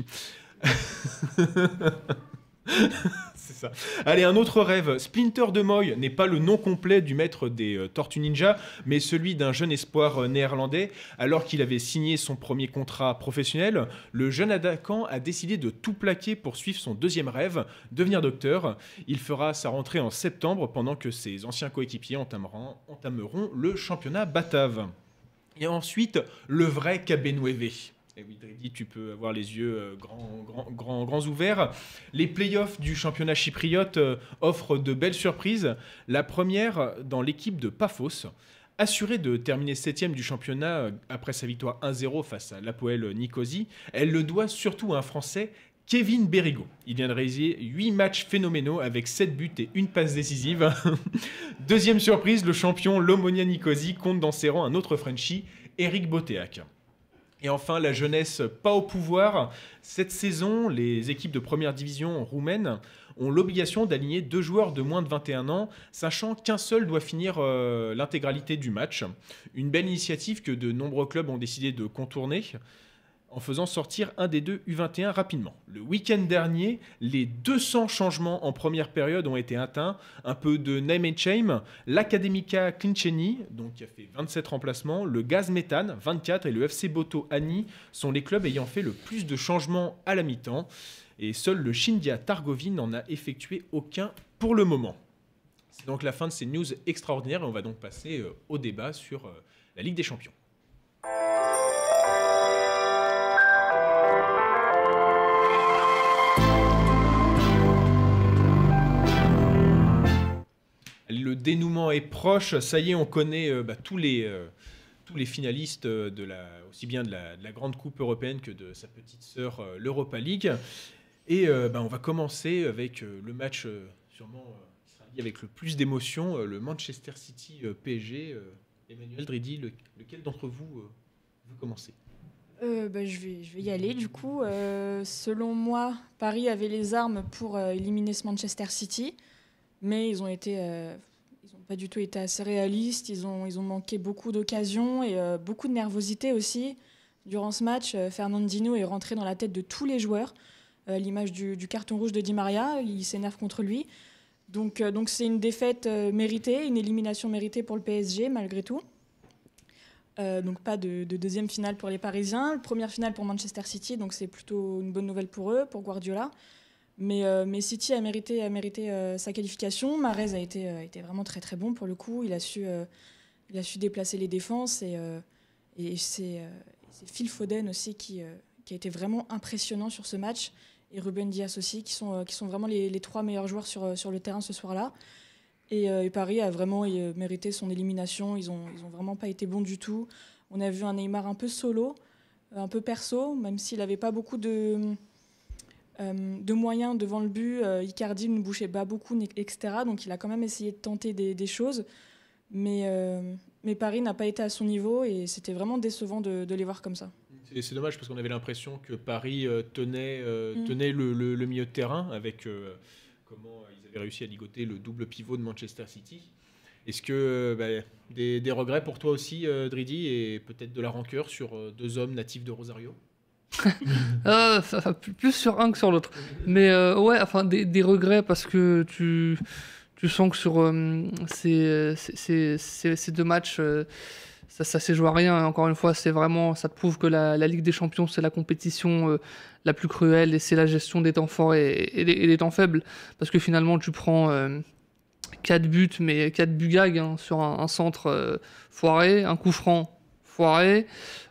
C'est ça. Allez, un autre rêve. Splinter de Moy n'est pas le nom complet du maître des euh, Tortues Ninja, mais celui d'un jeune espoir euh, néerlandais. Alors qu'il avait signé son premier contrat professionnel, le jeune attaquant a décidé de tout plaquer pour suivre son deuxième rêve, devenir docteur. Il fera sa rentrée en septembre pendant que ses anciens coéquipiers entameront, entameront le championnat batave. Et ensuite, le vrai Cabenueve. Et oui, Dridi, tu peux avoir les yeux euh, grands, grands, grands, grands ouverts. Les playoffs du championnat chypriote euh, offrent de belles surprises. La première dans l'équipe de Paphos. Assurée de terminer septième du championnat euh, après sa victoire un zéro face à l'Hapoel Nicosie, elle le doit surtout à un Français, Kevin Berigo. Il vient de réaliser huit matchs phénoménaux avec sept buts et une passe décisive. Deuxième surprise, le champion l'Omonia Nicosie compte dans ses rangs un autre Frenchie, Eric Boteac. Et enfin, la jeunesse pas au pouvoir. Cette saison, les équipes de première division roumaine ont l'obligation d'aligner deux joueurs de moins de vingt et un ans, sachant qu'un seul doit finir euh, l'intégralité du match. Une belle initiative que de nombreux clubs ont décidé de contourner en faisant sortir un des deux U vingt et un rapidement. Le week-end dernier, les deux cents changements en première période ont été atteints. Un peu de name and shame. L'Academica Clinceni, donc qui a fait vingt-sept remplacements, le Gaz Méthane, vingt-quatre, et le F C Boto Ani sont les clubs ayant fait le plus de changements à la mi-temps. Et seul le Shindia Targovine n'en a effectué aucun pour le moment. C'est donc la fin de ces news extraordinaires et on va donc passer euh, au débat sur euh, la Ligue des Champions. Le dénouement est proche, ça y est, on connaît euh, bah, tous, les, euh, tous les finalistes, de la, aussi bien de la, de la Grande Coupe européenne que de sa petite sœur, euh, l'Europa League. Et euh, bah, on va commencer avec euh, le match euh, sûrement euh, qui sera lié avec le plus d'émotion, euh, le Manchester City euh, P S G. Euh, Emmanuel Dridi, le, lequel d'entre vous euh, veut commencer ? Euh, bah, je, vais, je vais y aller du coup. Euh, selon moi, Paris avait les armes pour euh, éliminer ce Manchester City, mais ils ont été, euh, ils ont pas du tout été assez réalistes. Ils ont, ils ont manqué beaucoup d'occasions et euh, beaucoup de nervosité aussi. Durant ce match, euh, Fernandinho est rentré dans la tête de tous les joueurs. Euh, l'image du, du carton rouge de Di Maria, il s'énerve contre lui. Donc, euh, donc c'est une défaite euh, méritée, une élimination méritée pour le P S G malgré tout. Euh, donc pas de, de deuxième finale pour les Parisiens, première finale pour Manchester City, donc c'est plutôt une bonne nouvelle pour eux, pour Guardiola. Mais, euh, mais City a mérité, a mérité euh, sa qualification. Mahrez a été, euh, été vraiment très très bon pour le coup. Il a su, euh, il a su déplacer les défenses et, euh, et c'est, euh, c'est Phil Foden aussi qui, euh, qui a été vraiment impressionnant sur ce match. Et Ruben Dias aussi, qui sont, euh, qui sont vraiment les, les trois meilleurs joueurs sur, sur le terrain ce soir-là. Et, euh, et Paris a vraiment euh, mérité son élimination. Ils n'ont ils ont vraiment pas été bons du tout. On a vu un Neymar un peu solo, un peu perso, même s'il n'avait pas beaucoup de, euh, de moyens devant le but. Euh, Icardi ne bougeait pas beaucoup, et cetera. Donc il a quand même essayé de tenter des, des choses. Mais, euh, mais Paris n'a pas été à son niveau et c'était vraiment décevant de, de les voir comme ça. C'est, c'est dommage parce qu'on avait l'impression que Paris euh, tenait, euh, Mm. tenait le, le, le milieu de terrain avec euh, comment ils avaient réussi à ligoter le double pivot de Manchester City. Est-ce que euh, bah, des, des regrets pour toi aussi, euh, Dridi, et peut-être de la rancœur sur euh, deux hommes natifs de Rosario ? Euh, enfin, plus sur un que sur l'autre. Mais euh, ouais, enfin des, des regrets parce que tu, tu sens que sur euh, ces, ces, ces, ces deux matchs, euh, ça, ça s'est joué à rien. Et encore une fois, c'est vraiment, ça te prouve que la, la Ligue des Champions, c'est la compétition euh, la plus cruelle et c'est la gestion des temps forts et, et, des, et des temps faibles. Parce que finalement, tu prends euh, quatre buts, mais quatre buts gags hein, sur un, un centre euh, foiré, un coup franc foiré.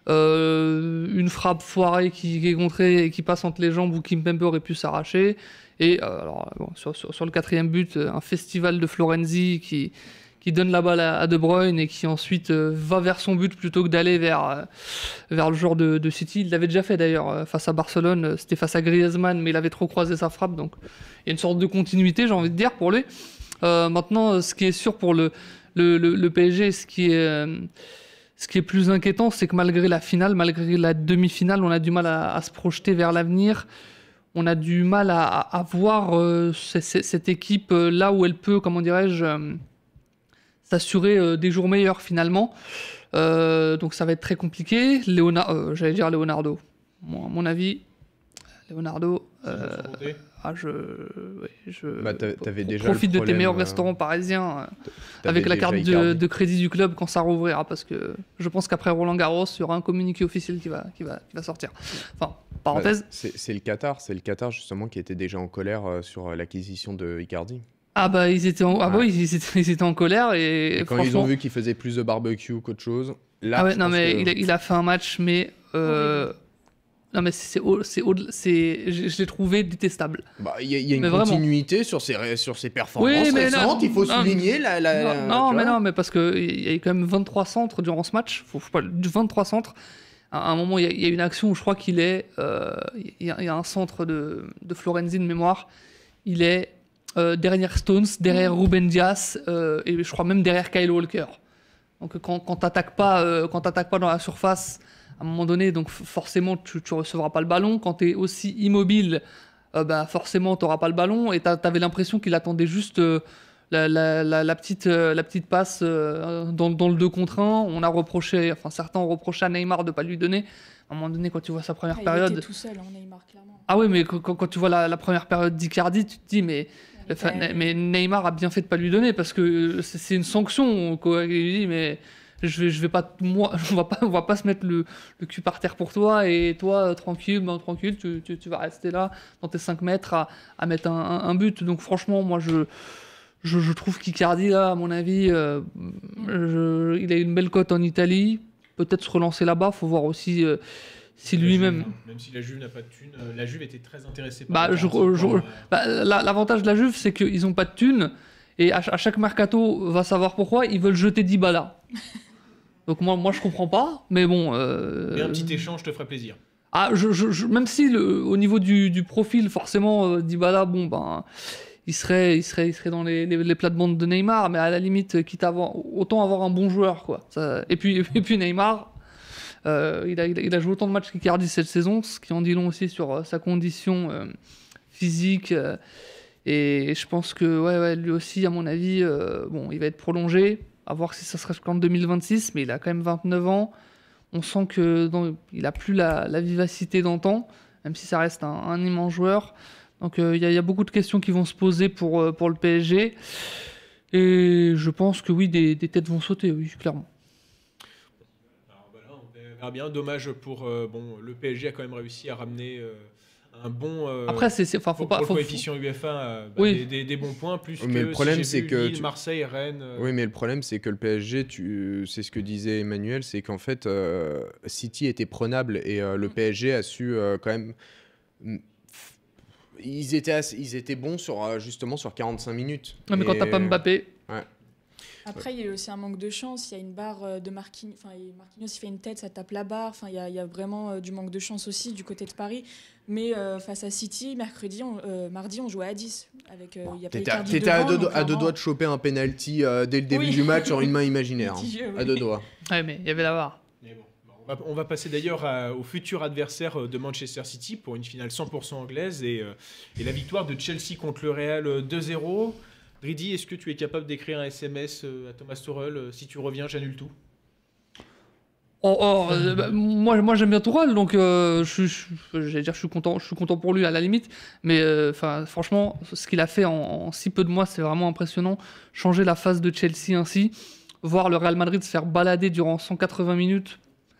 Euh, une frappe foirée qui, qui est contrée et qui passe entre les jambes où Kimpembe aurait pu s'arracher. Et euh, alors, bon, sur, sur, sur le quatrième but, un festival de Florenzi qui, qui donne la balle à, à De Bruyne et qui ensuite euh, va vers son but plutôt que d'aller vers, euh, vers le joueur de, de City. Il l'avait déjà fait d'ailleurs euh, face à Barcelone, c'était face à Griezmann, mais il avait trop croisé sa frappe. Donc il y a une sorte de continuité, j'ai envie de dire, pour lui. Euh, maintenant, ce qui est sûr pour le, le, le, le P S G, ce qui est... Euh, Ce qui est plus inquiétant, c'est que malgré la finale, malgré la demi-finale, on a du mal à, à se projeter vers l'avenir. On a du mal à, à, à voir euh, c- c- cette équipe euh, là où elle peut, comment dirais-je, euh, s'assurer euh, des jours meilleurs finalement. Euh, donc ça va être très compliqué. Léonard, euh, j'allais dire Leonardo. Bon, à mon avis, Leonardo. Euh, ah, je, ouais, je Bah, t'a- t'avais pro- déjà profite le de tes problème, meilleurs euh, restaurants parisiens. euh, T'avais avec la déjà carte de, Icardi. de crédit du club quand ça rouvrira, parce que je pense qu'après Roland Garros, il y aura un communiqué officiel qui va, qui va, qui va sortir. Enfin, parenthèse. Bah, c'est, c'est le Qatar, c'est le Qatar justement qui était déjà en colère euh, sur euh, l'acquisition de Icardi. Ah bah ils étaient en, ah bah Ouais. oui, ils étaient, ils étaient en colère et, Et quand ils franchement- ont vu qu'il faisait plus de barbecue qu'autre chose, là, Ah ouais, je non pense mais que- il, a, il a fait un match, mais euh, non mais c'est, au- c'est, au- c'est, je, je l'ai trouvé détestable. bah, il y a, il y a une Mais vraiment. continuité sur ses, ré- sur ses performances Oui, mais non, récentes. Il faut non, souligner la. la, non, la- non, tu mais vois. non, mais parce que il y a eu quand même vingt-trois centres durant ce match. Faut, faut pas, vingt-trois centres. À un moment, il y, a- il y a une action où je crois qu'il est, euh, il y, a- il y a un centre de, de Florenzi de mémoire. Il est euh, derrière Stones, derrière Ruben Dias euh, et je crois même derrière Kyle Walker. Donc quand, quand t'attaques pas, euh, quand t'attaques pas dans la surface à un moment donné, donc forcément, tu ne recevras pas le ballon. Quand tu es aussi immobile, euh, bah, forcément, tu n'auras pas le ballon. Et tu avais l'impression qu'il attendait juste euh, la, la, la, la, petite, euh, la petite passe euh, dans, dans le deux contre un. On a reproché, enfin, certains ont reproché à Neymar de ne pas lui donner. À un moment donné, quand tu vois sa première Ah, période... Il était tout seul, hein, Neymar, clairement. Ah oui, mais quand, quand tu vois la, la première période d'Icardi, tu te dis, mais... Enfin, mais Neymar a bien fait de pas lui donner parce que c'est une sanction. Quoi. Il dit, mais je vais, je vais pas, moi, on va pas, on va pas se mettre le, le cul par terre pour toi et toi tranquille, ben, tranquille, tu, tu, tu vas rester là dans tes cinq mètres à, à mettre un, un, un but. Donc franchement, moi je, je, je trouve qu'Icardi là, à mon avis, euh, je, il a une belle cote en Italie. Peut-être se relancer là-bas. Faut voir aussi. Euh, Si lui-même. Juve, même si la Juve n'a pas de thunes, euh, la Juve était très intéressée Bah, par le je, quarante-cinq je, ans, euh, bah, la- l'avantage de la Juve, c'est qu'ils n'ont pas de thunes. Et à, à chaque mercato, va savoir pourquoi, ils veulent jeter Dybala. Donc moi, moi je comprends pas. Mais bon. Euh... Et un petit échange te ferait plaisir. Ah, je, je, je- même si le, au niveau du, du profil, forcément, euh, Dybala, bon, ben. Il serait, il, serait, il serait dans les, les, les plates-bandes de Neymar, mais à la limite, quitte à avoir, autant avoir un bon joueur, quoi. Ça, et, puis, et puis Neymar. Euh, il, a, il, a, il a joué autant de matchs qu'Icardi cette saison, ce qui en dit long aussi sur euh, sa condition euh, physique. Euh, et je pense que ouais, ouais, lui aussi, à mon avis, euh, bon, il va être prolongé. À voir si ça sera jusqu'en deux mille vingt-six, mais il a quand même vingt-neuf ans. On sent qu'il n'a plus la, la vivacité d'antan, même si ça reste un, un immense joueur. Donc il euh, y, y a beaucoup de questions qui vont se poser pour, euh, pour le P S G. Et je pense que oui, des, des têtes vont sauter, oui, clairement. Ah bien, dommage pour euh, bon, le P S G a quand même réussi à ramener euh, un bon. Euh, Après, c'est, c'est, faut pour, pas. pour Faut, le coefficient U F A, euh, bah, oui. des, des, des bons points plus mais que le problème, si c'est vu que Lille, tu... Marseille, Rennes. Euh... Oui, mais le problème, c'est que le P S G, tu... c'est ce que disait Emmanuel, c'est qu'en fait, euh, City était prenable et euh, le P S G a su euh, quand même. Ils étaient, assez... ils étaient bons sur, justement sur quarante-cinq minutes. Non, mais et... quand t'as pas Mbappé. Ouais. Après, il y a aussi un manque de chance. Il y a une barre de Marquinhos. Enfin, Marquinhos, il fait une tête, ça tape la barre. Enfin, il y a, il y a vraiment euh, du manque de chance aussi du côté de Paris. Mais euh, face à City, mercredi, on, euh, mardi, on jouait à dix. Avec, euh, y a T'étais, t'étais à, deux, do- à deux doigts de choper un penalty euh, dès le début oui. du match sur une main imaginaire. Petit jeu, hein. oui. À deux doigts. Ouais, mais il y avait la barre. Mais bon, on, va, on va passer d'ailleurs à, au futur adversaire de Manchester City pour une finale cent pour cent anglaise et, euh, et la victoire de Chelsea contre le Real euh, deux zéro. Dridi, est-ce que tu es capable d'écrire un S M S à Thomas Tuchel euh, si tu reviens, j'annule tout? Oh, oh, euh, bah, moi, moi j'aime bien Tuchel, donc euh, je, je, j'allais dire, je suis content, je suis content pour lui à la limite. Mais enfin, euh, franchement, ce qu'il a fait en, en si peu de mois, c'est vraiment impressionnant. Changer la phase de Chelsea ainsi, voir le Real Madrid se faire balader durant cent quatre-vingts minutes,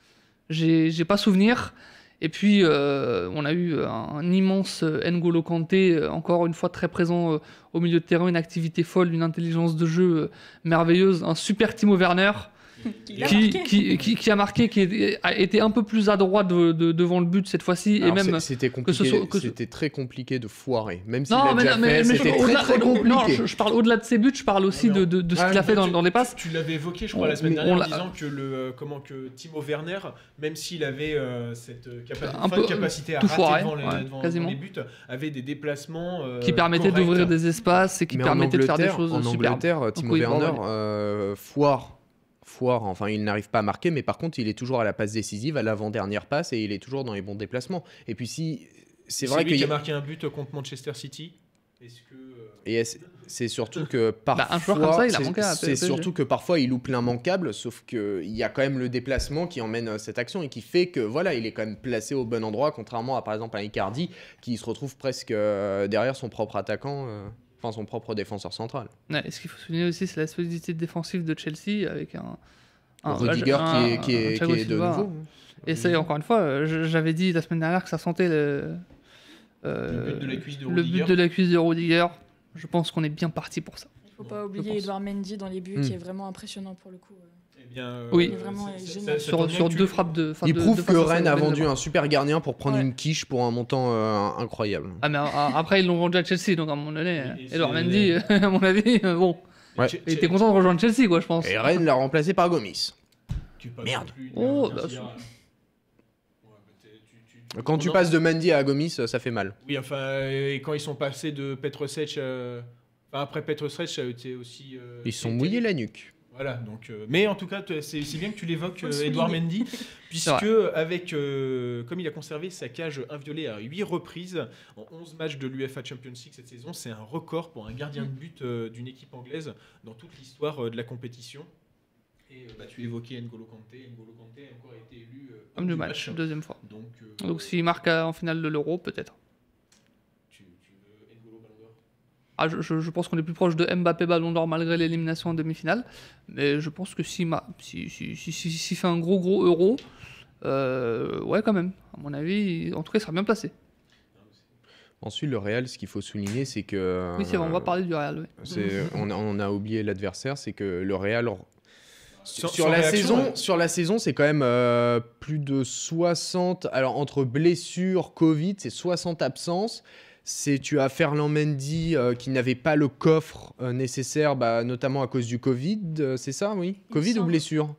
j'ai, j'ai pas souvenir. Et puis, euh, on a eu un, un immense N'Golo Kanté, encore une fois très présent euh, au milieu de terrain, une activité folle, une intelligence de jeu euh, merveilleuse, un super Timo Werner. Qui, a qui, marqué. qui, qui, qui a marqué, qui est- a été un peu plus adroit de, de- devant le but cette fois-ci. Alors, et même c'est- c'était que compliqué, ce soit- que ce- c'était très compliqué de foirer. Même si Non, l'a mais, déjà non, mais, fait, mais c'était je, très au-delà- très au- compliqué. non, je, je parle au-delà de ses buts, je parle aussi Non, de, de, de ce Ah, qu'il a mais fait dans, tu- dans les tu- passes. Tu l'avais évoqué, je crois, la On- semaine on dernière, en l'a- disant que, le, euh, comment, que Timo Werner, même s'il avait euh, cette euh, capa- Un fin de peu, capacité à tout rater foiré, devant, les, ouais, devant- quasiment. devant les buts, avait des déplacements euh, Qui permettait corrects. d'ouvrir des espaces et qui Mais en permettait de faire des Angleterre, choses en superbes. Angleterre, Timo oui, bon, Werner ouais. euh, foire. Foire, enfin il n'arrive pas à marquer, mais par contre il est toujours à la passe décisive, à l'avant-dernière passe, et il est toujours dans les bons déplacements. Et puis si, c'est C'est vrai lui qu'il qui y a a... marqué un but contre Manchester City. Est-ce que euh, Et est- c'est surtout que parfois, Bah, un joueur comme ça, il a c'est- manqué à c'est P S G. surtout que parfois il loupe l'immanquable, sauf que il y a quand même le déplacement qui emmène euh, cette action et qui fait que voilà, il est quand même placé au bon endroit, contrairement à par exemple à Icardi qui se retrouve presque euh, derrière son propre attaquant, euh, enfin son propre défenseur central. Ouais, et ce qu'il faut souligner aussi, c'est la solidité défensive de Chelsea avec un. un- Rudiger un- qui est, qui est, un qui Thiago est de Silva. nouveau. Et ça, encore une fois, euh, je- j'avais dit la semaine dernière que ça sentait le. euh, le but de la cuisse de le Rudiger but de la cuisse de Rudiger. Je pense qu'on est bien parti pour ça. Il ne faut pas Je oublier pense. Edouard Mendy dans les buts, Hmm. qui est vraiment impressionnant pour le coup. Eh bien, euh, Oui. Il est vraiment c'est- génial. ça- ça Sur, tombe sur bien que tu- deux frappes de. enfin, Il de- prouve de que face à Rennes a Benzema. vendu un super gardien pour prendre Ouais. une quiche pour un montant euh, incroyable. Ah, mais euh, après, ils l'ont vendu à Chelsea, donc à un moment donné, Et c'est- Edouard Mendy, à mon avis, euh, bon, Ouais. Che- il Che- était content de rejoindre Chelsea, quoi, je pense. Et Rennes l'a remplacé par Gomis. tu passes Merde. plus de- Oh, d'un bah, tir à- Ouais, bah, t'es- tu- tu- Quand tu on en- passes de Mendy à Gomis, ça fait mal. Oui, enfin, et quand ils sont passés de Petrovic, euh, enfin, après Petrovic, ça a été aussi. euh, Ils se sont été- mouillés la nuque. Voilà, donc, euh, mais en tout cas, c'est bien que tu l'évoques, euh, souligner. Edouard Mendy, puisque avec, euh, comme il a conservé sa cage inviolée à huit reprises en onze matchs de l'UEFA Champions League cette saison, c'est un record pour un gardien de but euh, d'une équipe anglaise dans toute l'histoire euh, de la compétition. Et euh, bah, tu évoquais N'Golo Kanté, N'Golo Kanté a encore été élu euh, Homme du match, match. deuxième fois. Donc, euh, Donc s'il marque en finale de l'Euro, peut-être. tu, tu veux N'Golo Ballon d'Or? Ah, je, je, je pense qu'on est plus proche de Mbappé Ballon d'Or malgré l'élimination en demi-finale. Mais je pense que s'il si, si, si, si, si fait un gros gros Euro, euh, ouais quand même. À mon avis, en tout cas, il sera bien placé. Ensuite, le Real, ce qu'il faut souligner, c'est que... Oui, c'est vrai, on va parler du Real. Oui. c'est- on, a, on a oublié l'adversaire, c'est que le Real... Sans- Sur sans la, réaction, saison, ouais. sur la saison, c'est quand même euh, plus de soixante. Alors, entre blessures, Covid, c'est soixante absences. C'est, tu as Ferland Mendy euh, qui n'avait pas le coffre euh, nécessaire, bah, notamment à cause du Covid. euh, c'est ça, oui Il Covid ou semble. blessure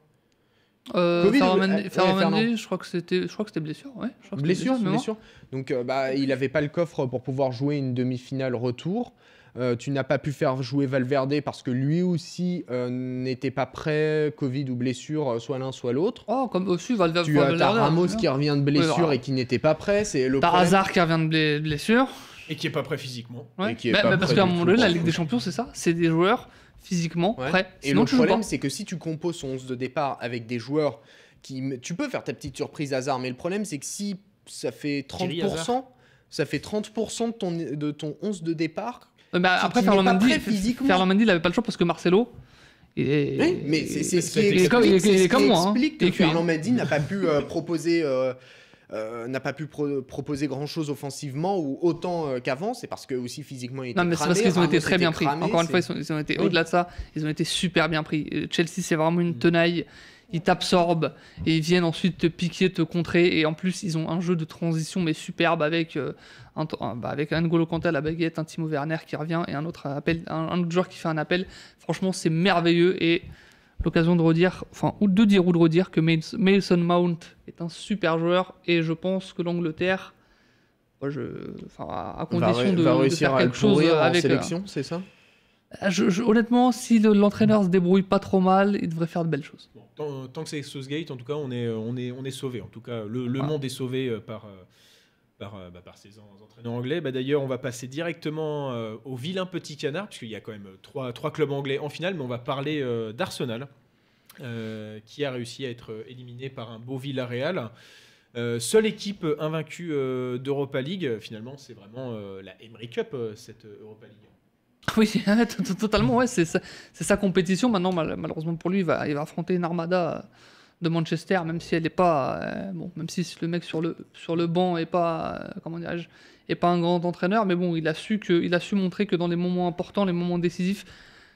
Euh, Covid Ferland ou- Mendy- ouais, Ferland Ferland. Mendy, je crois que c'était, je crois que c'était blessure. Ouais, je crois que c'était Blessure, de mémoire. blessure. Donc, euh, bah, il n'avait pas le coffre pour pouvoir jouer une demi-finale retour. Euh, tu n'as pas pu faire jouer Valverde parce que lui aussi euh, n'était pas prêt, Covid ou blessure, euh, soit l'un soit l'autre. Oh, comme aussi Valverde. Tu as t'as Valverde, Ramos c'est qui bien. revient de blessure voilà. et qui n'était pas prêt. C'est le T'as problème. Hazard qui revient de blé- blessure. Et qui est pas prêt physiquement. Ouais. Et qui est Bah, pas bah, parce prêt qu'à un du moment tout. donné, la Ligue des Champions, c'est ça. C'est des joueurs physiquement Ouais. prêts. Et Sinon, le tu joues problème, pas. c'est que si tu composes ton onze de départ avec des joueurs qui. Tu peux faire ta petite surprise Hazard, mais le problème, c'est que si ça fait trente pour cent, ça fait trente pour cent de ton, de ton onze de départ. Euh, bah, qui- après, qui n'est Ferland pas Mendy, prêt physiquement. Ferland Mendy, il avait pas le choix parce que Marcelo. Et... Oui, mais c'est c'est ce qui Il est explique, comme- il est- c'est il est ce qui comme moi, hein. explique que Et que- Ferland Mendy n'a pas pu euh, proposer. euh, euh, n'a pas pu pro- proposer grand chose offensivement ou autant euh, qu'avant, c'est parce que aussi physiquement il était Non, mais c'est cramé, parce qu'ils ont Ramos été très était bien pris. cramé, Encore une c'est- fois, ils, sont- ils ont été Oui. au-delà de ça, ils ont été super bien pris. Euh, Chelsea, c'est vraiment une tenaille. Ils t'absorbent et ils viennent ensuite te piquer, te contrer. Et en plus, ils ont un jeu de transition mais superbe avec euh, un, un- bah, avec un N'Golo Kanté à la baguette, un Timo Werner qui revient et un autre appel, un, un autre joueur qui fait un appel. Franchement, c'est merveilleux et l'occasion de redire, enfin, ou de dire ou de redire que Mason Mason Mount est un super joueur et je pense que l'Angleterre, moi, je, enfin, à à va, condition ré- de, va de réussir faire à le quelque chose pourrir en avec. euh, sélection, c'est ça? je- je- honnêtement, si le- l'entraîneur se débrouille pas trop mal, il devrait faire de belles choses. Bon, tant, tant que c'est Southgate, en tout cas, on est, on est, on est sauvé. En tout cas, le, le Ah. monde est sauvé euh, par, euh, par, euh, bah, par ces en- entraîneurs anglais. Bah, D'ailleurs, on va passer directement euh, au vilain petit canard, puisqu'il y a quand même euh, trois, trois clubs anglais en finale, mais on va parler euh, d'Arsenal, euh, qui a réussi à être euh, éliminé par un beau Villarreal. Euh, seule équipe invaincue euh, d'Europa League, finalement, c'est vraiment euh, la Emery Cup, euh, cette euh, Europa League. Oui, t- t- totalement, ouais, c'est sa, c'est sa compétition. Maintenant, mal- malheureusement pour lui, il va, il va affronter une armada de Manchester, même si elle n'est pas. euh, bon, même si le mec sur le, sur le banc est pas. euh, comment dirais-je est pas un grand entraîneur, mais bon, il a su, que, il a su montrer que dans les moments importants, les moments décisifs,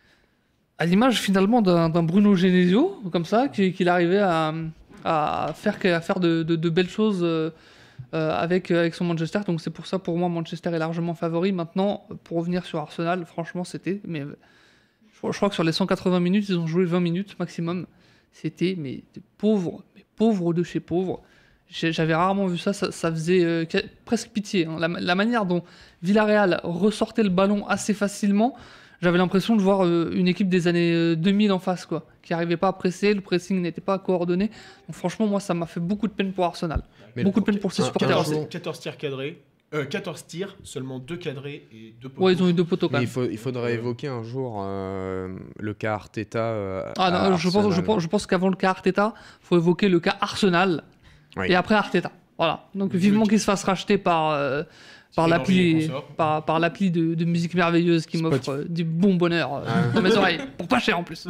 à l'image finalement d'un d'un Bruno Genesio, comme ça, qu'il qu'il arrivait à, à faire, à faire de, de- de belles choses. euh, Euh, avec, avec son Manchester, donc c'est pour ça pour moi Manchester est largement favori. Maintenant, pour revenir sur Arsenal, franchement c'était, mais je, je crois que sur les cent quatre-vingts minutes, ils ont joué vingt minutes maximum. C'était mais des pauvres, mais pauvres de chez pauvres. J'ai- J'avais rarement vu ça, ça, ça faisait euh, ca- presque pitié. hein. La, la manière dont Villarreal ressortait le ballon assez facilement, j'avais l'impression de voir euh, une équipe des années euh, deux mille en face, quoi, qui n'arrivait pas à presser, le pressing n'était pas coordonné. Donc franchement, moi, ça m'a fait beaucoup de peine pour Arsenal. Mais Beaucoup de peine pour ses un- supporters. un aussi. jour- quatorze tirs cadrés, euh, quatorze tirs, seulement deux cadrés et deux poteaux. Ouais, ils ont eu deux poteaux quand Mais même. il, faut, il faudrait évoquer un jour euh, le cas Arteta. euh, Ah à non, je pense, je Arsenal. pense, je pense qu'avant le cas Arteta, il faut évoquer le cas Arsenal Oui. et après Arteta. Voilà. Donc vivement qu'il se fasse racheter par, euh, par Thierry Henry et l'appli consorts. par, par l'appli de, de musique merveilleuse qui m'offre Spotify. euh, du bon bonheur euh, Ah. dans mes oreilles, pour pas cher en plus.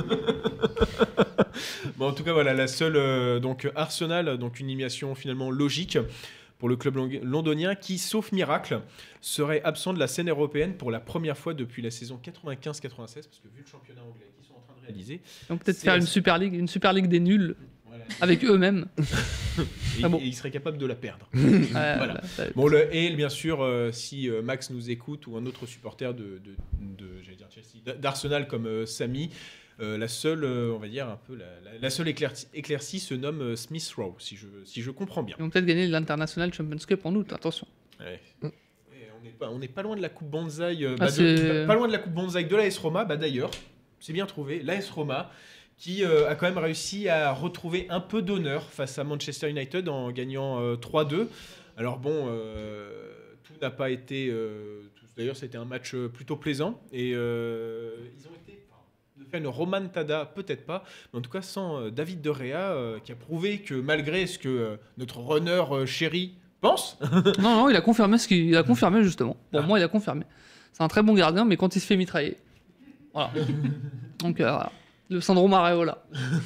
Bon, en tout cas, voilà, la seule. euh, donc, Arsenal, donc une élimination finalement logique pour le club long- londonien qui, sauf miracle, serait absent de la scène européenne pour la première fois depuis la saison quatre-vingt-quinze quatre-vingt-seize, parce que vu le championnat anglais qu'ils sont en train de réaliser, Donc peut-être C'est faire une assez- super ligue, une super ligue des nuls voilà, avec eux-mêmes. et, Ah bon. et ils seraient capables de la perdre. Euh, Voilà. bah, bah, Bon, le, et bien sûr, euh, si euh, Max nous écoute ou un autre supporter de, de, de- j'allais dire Chelsea, d- d'Arsenal comme euh, Samy, euh, la seule, euh, on va dire un peu la, la- la seule éclaircie, éclaircie se nomme euh, Smith Rowe, si je, si je comprends bien. Ils vont peut-être gagner l'International Champions Cup en aut, attention. Ouais. Et on n'est pas, on n'est pas loin de la coupe Bonsaï, euh, Ah, bah, de- c'est- pas, pas loin de la coupe Bonsaï de l'A S Roma. Bah d'ailleurs, c'est bien trouvé, l'A S Roma qui euh, a quand même réussi à retrouver un peu d'honneur face à Manchester United en gagnant euh, trois deux. Alors bon, euh, tout n'a pas été... Euh, tout, d'ailleurs, c'était un match plutôt plaisant. Et euh, ils ont été... De faire une remontada, peut-être pas, mais en tout cas sans euh, David De Gea, euh, qui a prouvé que malgré ce que euh, notre runner euh, chéri pense... Non, non, il a confirmé ce qu'il a confirmé, justement. Pour Ah. moi, il a confirmé. C'est un très bon gardien, mais quand il se fait mitrailler. Voilà. Donc, euh, voilà. Le syndrome Areola.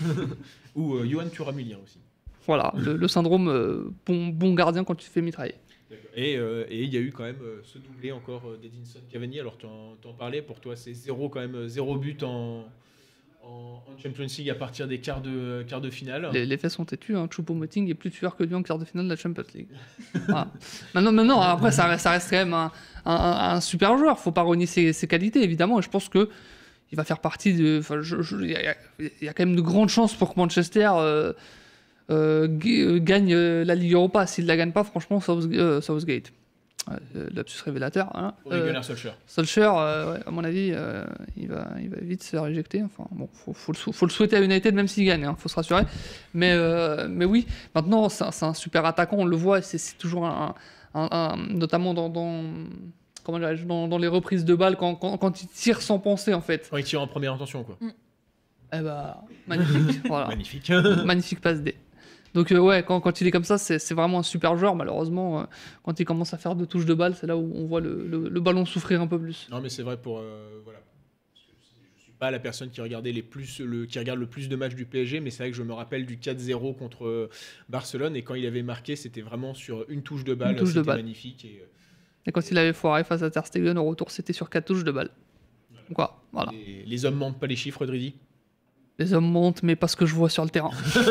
Ou euh, Johan Turamulien aussi. Voilà, le, le syndrome euh, bon, bon gardien quand tu te fais mitrailler. Et euh, et il y a eu quand même euh, ce doublé encore euh, d'Edinson Cavani. Alors tu en, tu en parlais, pour toi c'est zéro quand même, euh, zéro but en, en, en Champions League à partir des quarts de, quarts de finale. Les, les faits sont têtus, hein. Choupo-Moting est plus tueur que lui en quart de finale de la Champions League. Voilà. Maintenant, maintenant, après, ça reste, ça reste quand même un, un, un- un super joueur. Faut pas renier ses, ses qualités, évidemment. Et je pense que il va faire partie de. Enfin, je- je- il y, a- il y a quand même de grandes chances pour que Manchester euh, euh, ga- euh, gagne euh, la Ligue Europa. S'il la gagne pas, franchement, South- euh, Southgate. Ouais, euh, lapsus révélateur. Hein. Pour Euh, Gunnar Solskjaer. Solskjaer, euh, ouais, à mon avis, euh, il, va, il va vite se faire éjecter. Enfin, bon, faut, faut, le, sou- faut le souhaiter à United, même s'il gagne, hein, faut se rassurer. Mais, euh, mais oui, maintenant, c'est un, c'est un super attaquant, on le voit, c'est c'est toujours un, un- un- notamment dans, dans, comment dirais-je, dans, dans les reprises de balles, quand, quand, quand il tire sans penser, en fait. Quand il tire en première intention, quoi. Eh bah, magnifique, voilà. Magnifique. Magnifique passe D. Donc euh, ouais, quand, quand il est comme ça, c'est c'est vraiment un super joueur. Malheureusement, euh, quand il commence à faire deux touches de balle, c'est là où on voit le, le- le ballon souffrir un peu plus. Non, mais c'est vrai pour euh, voilà. Parce que c'est- Je suis pas la personne qui regardait les plus le qui regarde le plus de matchs du P S G, mais c'est vrai que je me rappelle du quatre zéro contre euh, Barcelone et quand il avait marqué, c'était vraiment sur une touche de balle, Une touche de c'était balle. magnifique et, Et quand il avait foiré face à Ter Stegen, au retour, c'était sur quatre touches de balle. Donc voilà, voilà. et les hommes mentent pas les chiffres, Dridi. Les hommes montent, mais pas ce que je vois sur le terrain.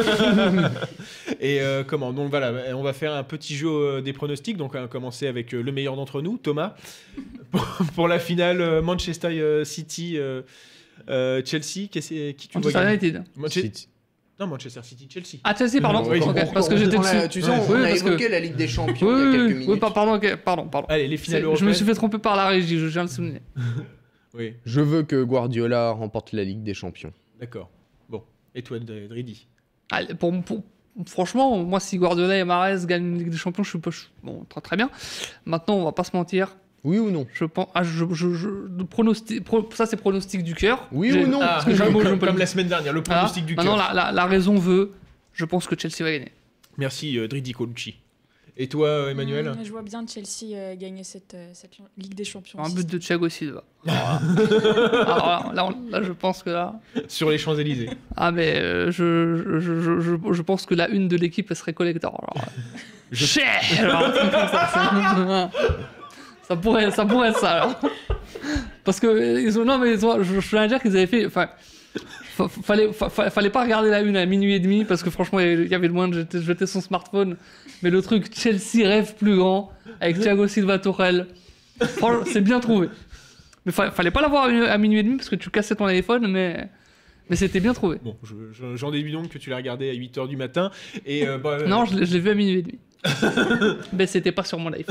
Et euh, comment donc voilà, on va faire un petit jeu euh, des pronostics. Donc on va commencer avec euh, le meilleur d'entre nous, Thomas, pour, pour la finale euh, Manchester euh, City euh, euh, Chelsea. Qu'est-ce- qui tu vois Manchester gagner United. Manche- City. Non, Manchester City Chelsea. Ah, Chelsea, pardon. Oui, Ok, on- parce que j'étais On a- dessus. Tu sais, Ouais. on Oui, a parce que- évoqué la Ligue des Champions Oui, il y a oui, quelques oui, minutes. oui, par- pardon, ok, pardon, pardon. Allez, les C'est- finales Je européennes. me suis fait tromper par la régie, je viens de le souligner. Oui, Je veux que Guardiola remporte la Ligue des Champions. d'accord. Bon, et toi, Dr- Dridi? Allez, pour, pour- franchement, moi, si Guardiola et Mahrez gagnent une Ligue des Champions, je suis pas. je- Bon, très, très bien. Maintenant, on va pas se mentir. Oui ou non? Je pense. Ah, je, je, je- de pronostic, pro- ça, c'est pronostic du cœur. Oui J'ai- ou non? Ah, Parce que j'ai un comme, mot, je comme- peux comme le- la semaine dernière, le Voilà. pronostic du Maintenant, cœur. la, la- la raison veut, je pense que Chelsea va gagner. Merci, euh, Dridi Colucci. Et toi, euh, Emmanuel? Mmh, je vois bien Chelsea euh, gagner cette, euh, cette Ligue des Champions. Un aussi. but de Thiago Silva. Alors là, là, on- là, je pense que là. Sur les Champs-Élysées. Ah, mais euh, je, je, je, je, je pense que la une de l'équipe, elle serait collector. Alors, Je- Cher Alors, un truc comme ça, ça- ça pourrait, ça pourrait être ça, alors. Parce que, euh, ils ont, non, mais ils ont, je, je viens de dire qu'ils avaient fait. Enfin, fa- fallait, fa- fa- fallait pas regarder la une à minuit et demi, parce que franchement, il y avait- il y avait le moyen de jeter, jeter son smartphone. Mais le truc, Chelsea rêve plus grand, avec Thiago Silva Tourelle. Franchement, c'est bien trouvé. Mais fa- fallait pas l'avoir à une- à minuit et demi, parce que tu cassais ton téléphone, mais. Mais c'était bien trouvé. Bon, je- je- j'en déduis donc que tu l'as regardé à huit heures du matin. Et, euh, bah, Non, je l'ai je l'ai vu à minuit et demi. Mais c'était pas sur mon live.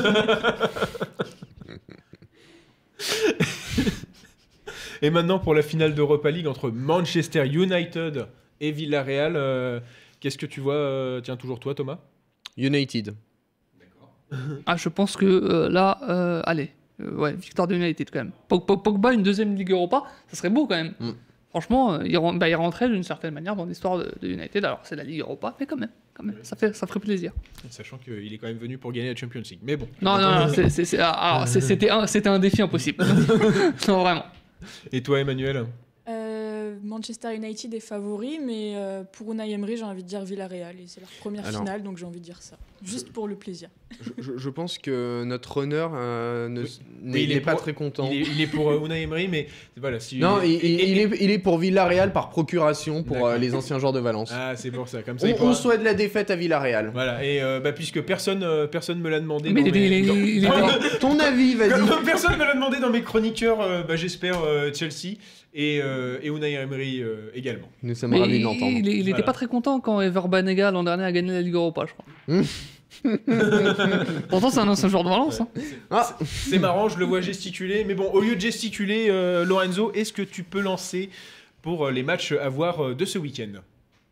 Et maintenant, pour la finale d'Europa League entre Manchester United et Villarreal, euh, qu'est-ce que tu vois euh, Tiens, toujours toi, Thomas? United. Ah, je pense que euh, là, euh, allez, euh, ouais, victoire de United quand même. Pog- Pog- Pogba, une deuxième Ligue Europa, ça serait beau quand même. Mm. Franchement, euh, il, ren- bah, il rentrait d'une certaine manière dans l'histoire de, de United. Alors, c'est la Ligue Europa, mais quand même, quand même, ça, fait, ça ferait plaisir. Sachant qu'il est quand même venu pour gagner la Champions League. Mais bon. Non, non, non, c'est- c'est- c'est- ah, alors, c'est- c'était un, c'était un défi impossible. Non, vraiment. Et toi, Emmanuel? Euh, Manchester United est favori, mais euh, pour Unai Emery, j'ai envie de dire Villarreal. Et c'est leur première Alors. finale, donc j'ai envie de dire ça. Juste pour le plaisir. Je, je- je pense que notre runner euh, ne- Oui. n'est Oui, il est n'est pas pour- très content. Il est, il est pour euh, Unai Emery, mais voilà. Si, Non, il, et- il- et- il est, il est pour Villarreal par procuration pour D'accord. euh, les anciens joueurs de Valence. Ah, c'est pour ça. Comme ça, on, il pourra- on souhaite la défaite à Villarreal. Voilà. Et euh, bah, puisque personne, euh, personne me l'a demandé. Mais dans il était- mes- il est- dans- il était- Ton avis, vas-y. Comme personne me l'a demandé dans mes chroniqueurs, euh, bah, j'espère euh, Chelsea et, euh, et Unai Emery euh, également. Nous sommes Mais ravis de il, l'entendre. il, il était Voilà. pas très content quand Ever Banega l'an dernier a gagné la Ligue Europa, je crois. Pourtant, c'est un ancien joueur de Valence. Hein. Ah, C'est marrant, je le vois gesticuler. Mais bon, au lieu de gesticuler, euh, Lorenzo, est-ce que tu peux lancer pour les matchs à voir de ce week-end.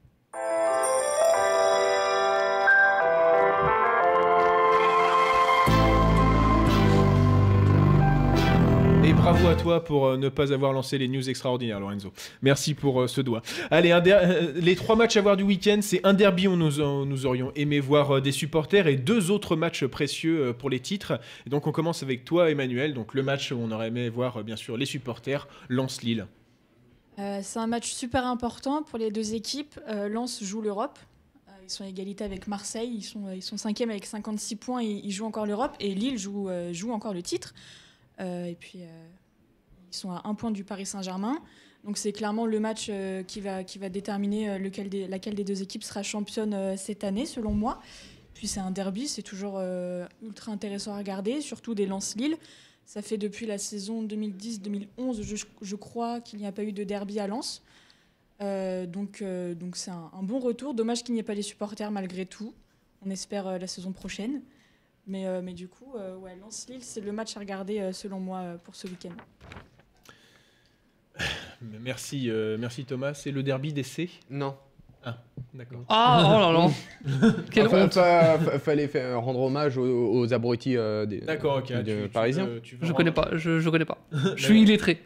Et bravo à toi pour ne pas avoir lancé les news extraordinaires, Lorenzo. Merci pour ce doigt. Allez, un der- les trois matchs à voir du week-end, c'est un derby où nous, nous aurions aimé voir des supporters et deux autres matchs précieux pour les titres. Et donc on commence avec toi, Emmanuel. Donc le match où on aurait aimé voir bien sûr les supporters, Lens-Lille. Euh, c'est un match super important pour les deux équipes. Euh, Lens joue l'Europe. Euh, ils sont à égalité avec Marseille. Ils sont, ils sont cinquième avec cinquante-six points. Et ils jouent encore l'Europe. Et Lille joue, euh, joue encore le titre. Euh, et puis, euh, ils sont à un point du Paris Saint-Germain. Donc, c'est clairement le match euh, qui, va, qui va déterminer euh, lequel des, laquelle des deux équipes sera championne euh, cette année, selon moi. Puis, c'est un derby, c'est toujours euh, ultra intéressant à regarder, surtout des Lens-Lille. Ça fait depuis la saison deux mille dix deux mille onze, je, je crois, qu'il n'y a pas eu de derby à Lens. Euh, donc, euh, donc, c'est un, un bon retour. Dommage qu'il n'y ait pas les supporters malgré tout. On espère euh, la saison prochaine. Mais, euh, mais du coup, euh, ouais, Lens-Lille, c'est le match à regarder, euh, selon moi, euh, pour ce week-end. Merci, euh, merci Thomas. C'est le derby d'essai ? Non. Ah, d'accord. Ah, oh là là. Quelle Enfin, honte. fa- fa- fallait faire, rendre hommage aux, aux abrutis euh, des, D'accord, ok. des Tu- tu Parisiens. veux- tu veux Je rendre- connais pas, je, je connais pas. Je suis illettré.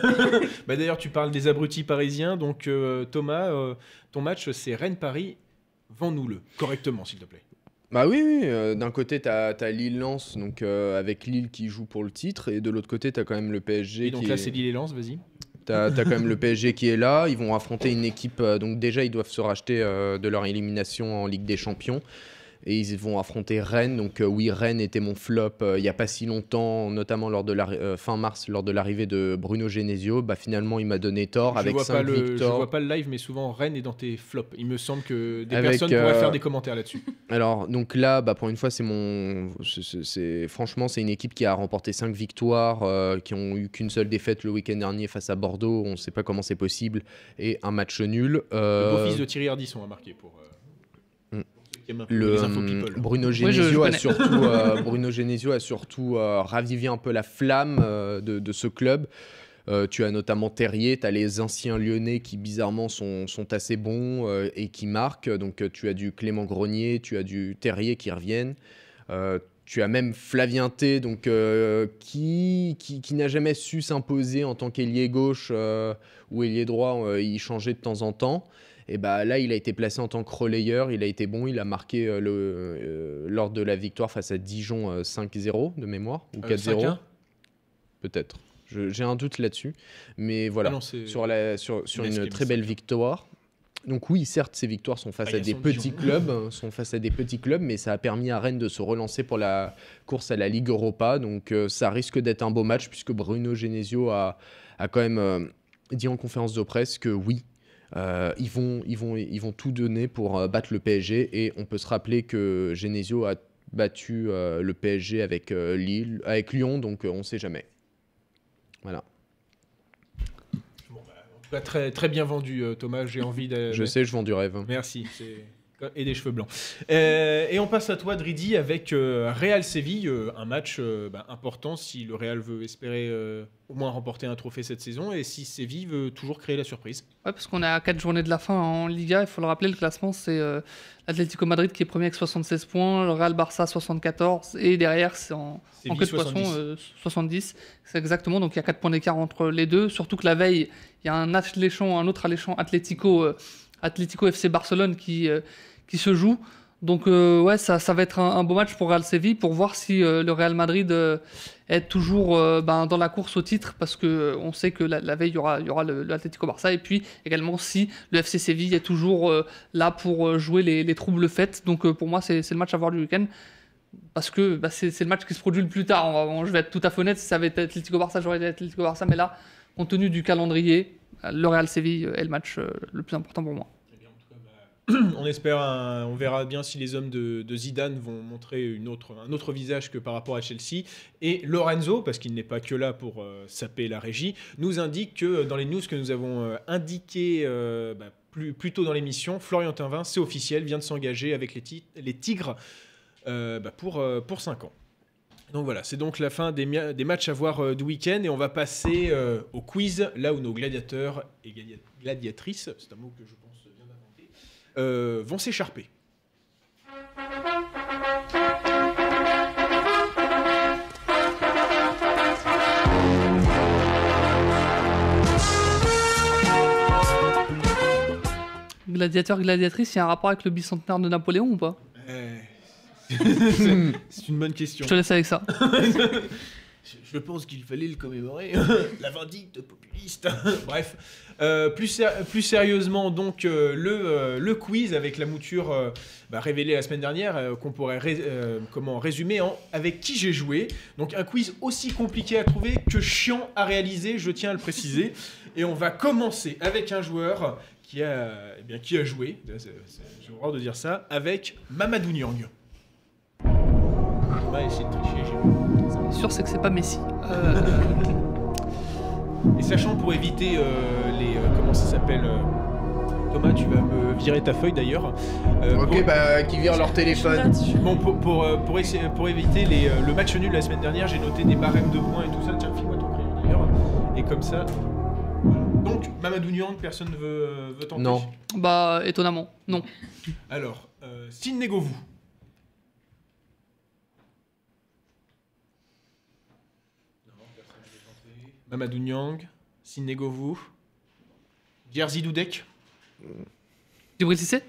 Bah, d'ailleurs, tu parles des abrutis parisiens. Donc euh, Thomas, euh, ton match, c'est Rennes-Paris. Vends-nous-le correctement, s'il te plaît. Bah oui, oui. euh, d'un côté, t'as as Lille-Lens, donc euh, avec Lille qui joue pour le titre, et de l'autre côté, t'as quand même le P S G. Et donc qui là, est- c'est Lille et Lens, vas-y. T'as as quand même le P S G qui est là. Ils vont affronter une équipe. euh, donc déjà, ils doivent se racheter euh, de leur élimination en Ligue des Champions. Et ils vont affronter Rennes. Donc euh, oui, Rennes était mon flop euh, il n'y a pas si longtemps, notamment lors de la, euh, fin mars, lors de l'arrivée de Bruno Genesio. Bah, finalement, il m'a donné tort Je avec vois, pas cinq le, je victoires. vois pas le live, mais souvent Rennes est dans tes flops. Il me semble que des Avec, personnes pourraient euh, faire des commentaires là-dessus. Alors, donc là, bah, pour une fois, c'est mon. c'est- c'est- c'est- Franchement, c'est une équipe qui a remporté cinq victoires, euh, qui ont eu qu'une seule défaite le week-end dernier face à Bordeaux. On ne sait pas comment c'est possible. Et un match nul. Le Euh, beau-fils de Thierry Ardisson a marqué pour, euh, Mm. pour ceux qui aiment un peu Le, les infos hum, people. Bruno je- je Genesio a connais. surtout, euh, Bruno Genesio a surtout euh, ravivé un peu la flamme euh, de, de ce club. Euh, tu as notamment Terrier, tu as les anciens Lyonnais qui bizarrement sont, sont assez bons euh, et qui marquent. Donc euh, tu as du Clément Grenier, tu as du Terrier qui reviennent. Euh, tu as même Flavien T, donc, euh, qui, qui, qui n'a jamais su s'imposer en tant qu'ailier gauche euh, ou ailier droit. Euh, il changeait de temps en temps. Et bah, là, il a été placé en tant que relayeur. Il a été bon. Il a marqué euh, le, euh, lors de la victoire face à Dijon euh, cinq zéro de mémoire, ou Euh, quatre zéro. cinq un Peut-être. Je- J'ai un doute là-dessus. Mais voilà, Ah non, c'est- sur, la, sur, sur Metz qui une me très semble. belle victoire. Donc oui, certes, ces victoires sont face Ah, il y à a des son petits Dijon. clubs, hein, sont face à des petits clubs, mais ça a permis à Rennes de se relancer pour la course à la Ligue Europa. Donc euh, ça risque d'être un beau match puisque Bruno Genesio a, a quand même euh, dit en conférence de presse que oui, euh, ils, vont, ils, vont, ils vont tout donner pour euh, battre le P S G. Et on peut se rappeler que Genesio a battu euh, le P S G avec, euh, Lille, avec Lyon, donc euh, on ne sait jamais. Voilà. Bon, bah, en tout cas, très, très bien vendu, euh, Thomas. J'ai envie de. Je sais, je vends du rêve. Merci. c'est- Et des cheveux blancs. Euh, et on passe à toi, Dridi, avec euh, Real Séville, euh, un match euh, bah, important si le Real veut espérer euh, au moins remporter un trophée cette saison et si Séville veut toujours créer la surprise. Ouais, parce qu'on est à quatre journées de la fin en Liga. Il faut le rappeler, le classement, c'est euh, l'Atlético Madrid qui est premier avec soixante-seize points, le Real Barça soixante-quatorze, et derrière, c'est en, en queue de poisson soixante-dix. euh, soixante-dix. C'est exactement, donc il y a quatre points d'écart entre les deux. Surtout que la veille, il y a un alléchant, un autre alléchant Atlético, euh, Atlético F C Barcelone qui, euh, qui se joue. Donc euh, ouais, ça, ça va être un, un beau match pour Real Séville pour voir si euh, le Real Madrid euh, est toujours euh, ben, dans la course au titre, parce que euh, on sait que la, la veille il y aura, il y aura le, le Atlético Barça, et puis également si le F C Séville est toujours euh, là pour euh, jouer les, les troubles fêtes. Donc euh, pour moi c'est c'est le match à voir du week-end, parce que bah, c'est c'est le match qui se produit le plus tard. On va- on- je vais être tout à fait honnête, si ça avait été Atlético Barça, j'aurais dit Atlético Barça, mais là, compte tenu du calendrier, le Real Séville est le match euh, le plus important pour moi. On espère, un- on verra bien si les hommes de, de Zidane vont montrer une autre, un autre visage que par rapport à Chelsea. Et Lorenzo, parce qu'il n'est pas que là pour euh, saper la régie, nous indique que dans les news que nous avons euh, indiquées euh, bah, plus, plus tôt dans l'émission, Florian Thauvin, c'est officiel, vient de s'engager avec les, ti- les Tigres euh, bah, pour, euh, pour cinq ans. Donc voilà, c'est donc la fin des, mia- des matchs à voir euh, du week-end et on va passer euh, au quiz, là où nos gladiateurs et gladi- gladiatrices, c'est un mot que je pense bien inventé, euh, vont s'écharper. Gladiateur, gladiatrice, il y a un rapport avec le bicentenaire de Napoléon ou pas? Euh, c'est c'est une bonne question. Je te laisse avec ça. Je- Je pense qu'il fallait le commémorer. La vindicte populiste. Bref. Euh, plus, sé- plus sérieusement, donc, euh, le, euh, le quiz avec la mouture euh, bah, révélée la semaine dernière, euh, qu'on pourrait ré- euh, comment résumer en avec qui j'ai joué. Donc, un quiz aussi compliqué à trouver que chiant à réaliser, je tiens à le préciser. Et on va commencer avec un joueur qui a, eh bien, qui a joué, c'est- c'est- j'ai horreur de dire ça, avec Mamadou Niang. On va essayer de tricher, j'ai vu. Sûr, c'est que c'est pas Messi. Euh, Et sachant pour éviter euh, les... euh, comment ça s'appelle euh, Thomas, tu vas me virer ta feuille d'ailleurs. Euh, Ok, pour- bah qui vire leur Je suis téléphone. là-dessus. Bon, pour, pour, euh, pour, essayer- pour éviter les, euh, le match nul la semaine dernière, j'ai noté des barèmes de points et tout ça. Tiens, file-moi ton crayon d'ailleurs. Et comme ça... voilà. Donc, Mamadou Niang, personne ne veut, euh, veut tenter. Non. bah, étonnamment, non. Alors, euh, Sidney Govou. Non, personne ne veut tenter. Mamadou Niang, Sidney Govou, Jerzy Dudek. Djibril Cissé?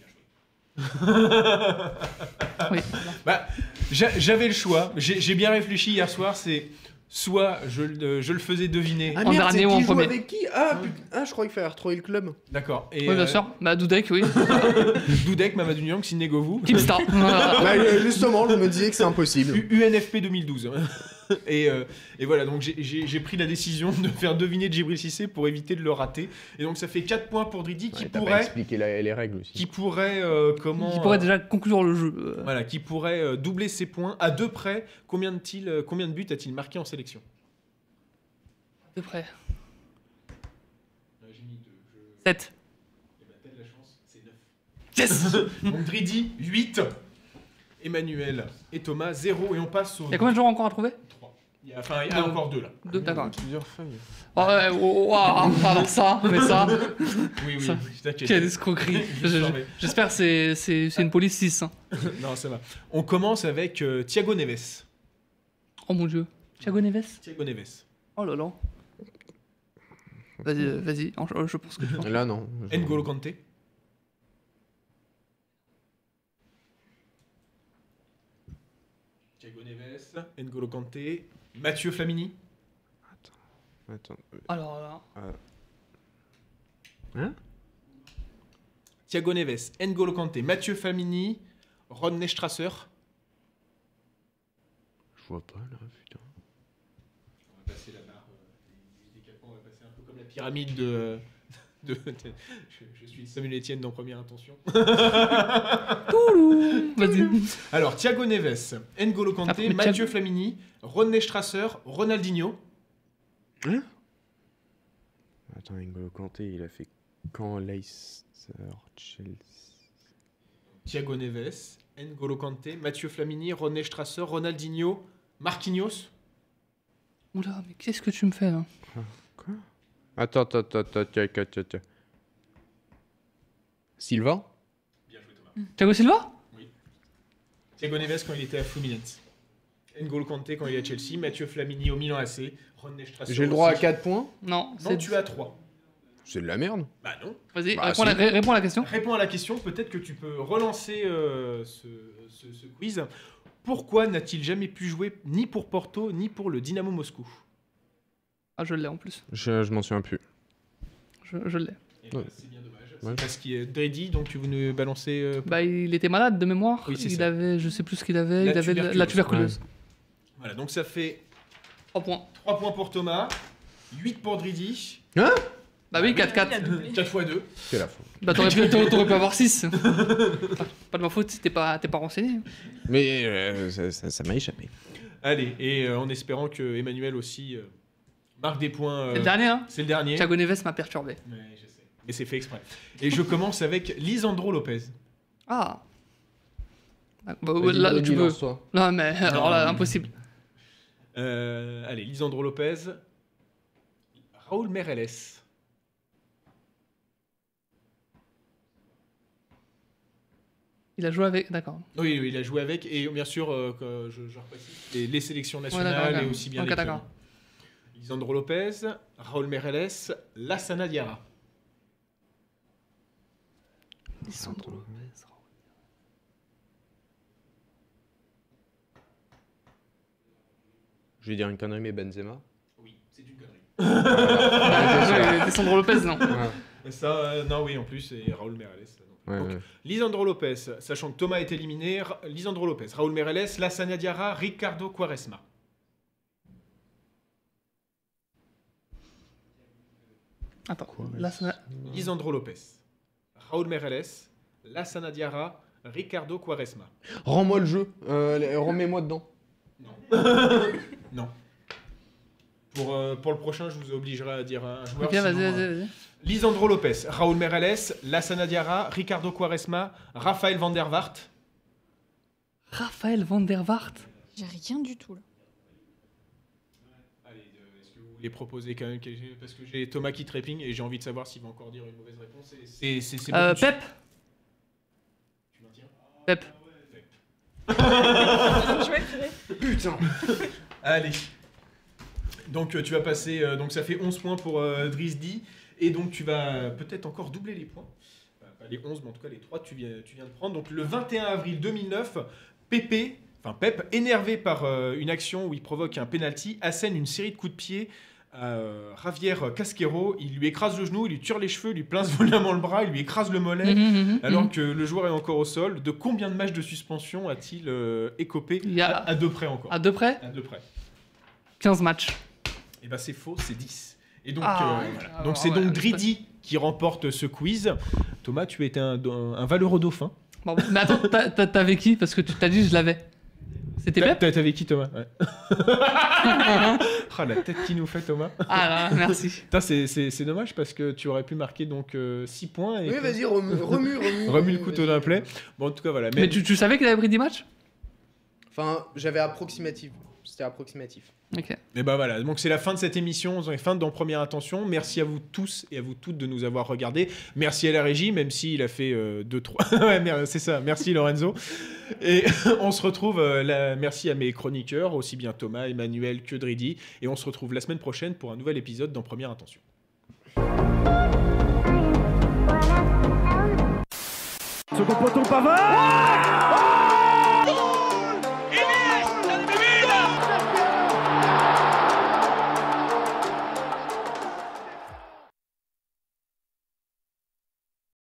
Oui. Bah, j'a- j'avais le choix. J'ai j'ai bien réfléchi hier soir. C'est soit je, le- je le faisais deviner. Ah En merde, c'est dernier ou en qui joue premier avec qui ah, putain, ah, je crois qu'il fallait retrouver le club. D'accord. Et Oui, bien euh, sûr. Bah, Dudek, oui. Dudek, Mamadou Niang, Sidney Govou. Keepstar. Bah, euh, justement, je me disais que c'est impossible. U- UNFP deux mille douze. et, euh, et voilà, donc j'ai- j'ai j'ai pris la décision de faire deviner Djibril Cissé pour éviter de le rater. Et donc ça fait quatre points pour Dridi qui Ouais, t'as pas pourrait, expliqué la- les règles aussi. qui pourrait euh, comment Qui pourrait euh, déjà conclure le jeu. Euh, voilà, qui pourrait euh, doubler ses points à deux près. Combien de, t-il, euh, combien de buts a-t-il marqué en sélection? À peu près. J'ai mis deux. Je... sept. Eh ben, t'as de la chance, c'est neuf. Yes. Donc Dridi, huit. Emmanuel et Thomas, zéro. Et on passe au Il y a combien de joueurs encore à trouver? trois. Il y a, enfin, il y a Non. encore deux là. Deux, d'accord. Plusieurs feuilles. Oh, ouais, oh, oh, oh, ah, alors ça, mais ça, Oui, oui, Ça- t'inquiète. quelle escroquerie. Je Je- je- surveille. J'espère que c'est- c'est c'est une police six. hein. Non, ça va. On commence avec euh, Thiago Neves. Oh mon dieu. Thiago Neves? Thiago Neves. Oh là là. Vas-y, euh, vas-y. Oh, Je, je pense que tu Là, non. Je- N'Golo Kanté. Thiago Neves. N'Golo Kanté. Mathieu Flamini. Attends. Alors là. Hein Thiago Neves. N'Golo Kanté. Mathieu Flamini. Rodney Strasser. Je vois pas là, putain. On va passer la barre euh, des, des quatre points, on va passer un peu comme la pyramide de. de- de- je, je suis Samuel Etienne dans Première Intention. Vas-y. Alors, Thiago Neves, N'Golo Kanté, Après, mais Mathieu Thiago- Flamini, Rodney Strasser, Ronaldinho. Attends, N'Golo Kanté, il a fait quand Leicester, Chelsea. Thiago Neves, N'Golo Kanté, Mathieu Flamini, Rodney Strasser, Ronaldinho, Marquinhos. Oula, mais qu'est-ce que tu me fais là? Attends, attends, attends, attends, tiens, tiens, tiens, tiens. Silva Bien joué Thomas. Thiago Silva? Thiago Neves quand il était à Fluminense. N'Golo Kanté quand il est à Chelsea, Mathieu Flamini au Milan A C, Rodney Strasser. J'ai le droit à aussi. quatre points. Non, Non, c'est. tu as trois. C'est de la merde. Bah non. Vas-y, Bah, réponds, si. à la- ré- réponds à la question. Réponds à la question, peut-être que tu peux relancer euh, ce, ce- ce quiz. Pourquoi n'a-t-il jamais pu jouer ni pour Porto ni pour le Dynamo Moscou? Ah, je l'ai en plus. Je, je m'en souviens plus. Je, je l'ai. Eh ben, Ouais. c'est bien dommage. Ouais. C'est parce qu'il est Dredi, donc tu veux nous balancer. euh, Bah, il était malade de mémoire. Oui, c'est il ça. avait, je sais plus ce qu'il avait. La il avait la- tuberculose. la tuberculose. Voilà, donc ça fait trois points. trois points pour Thomas, huit pour Dridi, Bah oui, quatre Il a quatre. doublé. quatre fois deux. C'est la faute. Bah, t'aurais pu, t'aurais- t'aurais pu avoir six. pas, pas de ma faute si t'es pas, t'es pas renseigné. Mais euh, ça- ça ça m'a échappé. Allez, et euh, en espérant que Emmanuel aussi euh, marque des points. euh, C'est le dernier, hein. C'est le dernier. Thiago Neves m'a perturbé. Ouais, je sais. Mais c'est fait exprès. Et je commence avec Lisandro Lopez. Ah. Bah, ouais, là, tu veux. Toi. Non, mais alors là, impossible. Euh, allez, Lisandro Lopez. Raúl Meireles. Il a joué avec. D'accord. Oui, oui, il a joué avec. Et bien sûr, euh, que je, je reprécise, les, les sélections nationales ouais, et aussi bien okay, les d'accord. clubs. Lisandro Lopez, Raúl Meireles, Lassana Diarra. Lisandro Lopez. Je vais dire une connerie, mais Benzema. Oui, c'est une connerie. Ah, Lisandro Lopez, non. Ouais. Ça, euh, non, oui, en plus, c'est Raúl Meireles. Ouais, Donc, ouais. Lisandro Lopez, sachant que Thomas est éliminé, Lisandro Lopez, Raúl Meireles, Lassana Diarra, Ricardo Quaresma. Attends, Quoi, là, ça... Lisandro Lopez, Raúl Meireles, Lassana Diarra, Ricardo Quaresma. Rends-moi le jeu. Euh, remets-moi dedans. Non. Non. Pour, euh, pour le prochain, je vous obligerai à dire un joueur. Ok, vas-y, sinon, vas-y, euh, vas-y. Lisandro Lopez, Raúl Meireles, Lassana Diarra, Ricardo Quaresma, Raphaël van der Vaart. Raphaël van der Vaart. J'ai rien du tout là. Allez, euh, est-ce que vous voulez proposer quand même quelque- parce que j'ai Thomas qui trépigne et j'ai envie de savoir s'il va encore dire une mauvaise réponse. et C'est c'est c'est Euh, beaucoup de- Pep. Tu maintiens Pep. Putain. Allez. Donc euh, tu vas passer, euh, donc ça fait onze points pour euh, Drizzy, et donc tu vas peut-être encore doubler les points. Enfin, pas les onze, mais en tout cas les trois tu viens, tu viens de prendre. Donc le vingt et un avril deux mille neuf, Pépé, enfin Pep, énervé par euh, une action où il provoque un penalty, assène une série de coups de pied à euh, Javier Casquero. Il lui écrase le genou, il lui tire les cheveux, il lui pince violemment le bras, il lui écrase le mollet. Mhm, mhm, Alors mhm. que le joueur est encore au sol. De combien de matchs de suspension a-t-il euh, écopé Il y a- à, à deux près encore À deux près, À deux près. quinze matchs. Et ben c'est faux, c'est dix. Et donc, Ah, euh, ouais. voilà. Alors, donc c'est ouais, donc je sais Drizzy qui remporte ce quiz. Thomas, tu étais un, un valeureux dauphin. Bon, mais attends, t'as- t'as- t'avais qui? Parce que tu t'as dit je l'avais. C'était T'as- Pep. t'as- T'avais qui, Thomas? Ouais. Ah, la tête qui nous fait, Thomas. Ah là, merci. Putain, c'est- c'est c'est dommage parce que tu aurais pu marquer donc six points. Et Oui, que- vas-y, remue, remue, remue. Remue le couteau vas-y. d'un plaid. Bon, en tout cas, voilà. Mais tu, tu savais qu'il avait pris dix matchs? Enfin, j'avais approximatif. C'était approximatif. Ok. Et ben voilà, donc c'est la fin de cette émission, c'est la fin d'En Première Intention. Merci à vous tous et à vous toutes de nous avoir regardés. Merci à la régie, même s'il a fait euh, deux trois. Ouais, mer- c'est ça, merci Lorenzo. Et on se retrouve, euh, là, merci à mes chroniqueurs, aussi bien Thomas, Emmanuel que Drizzy. Et on se retrouve la semaine prochaine pour un nouvel épisode d'En Première Intention. Second poteau Pavard.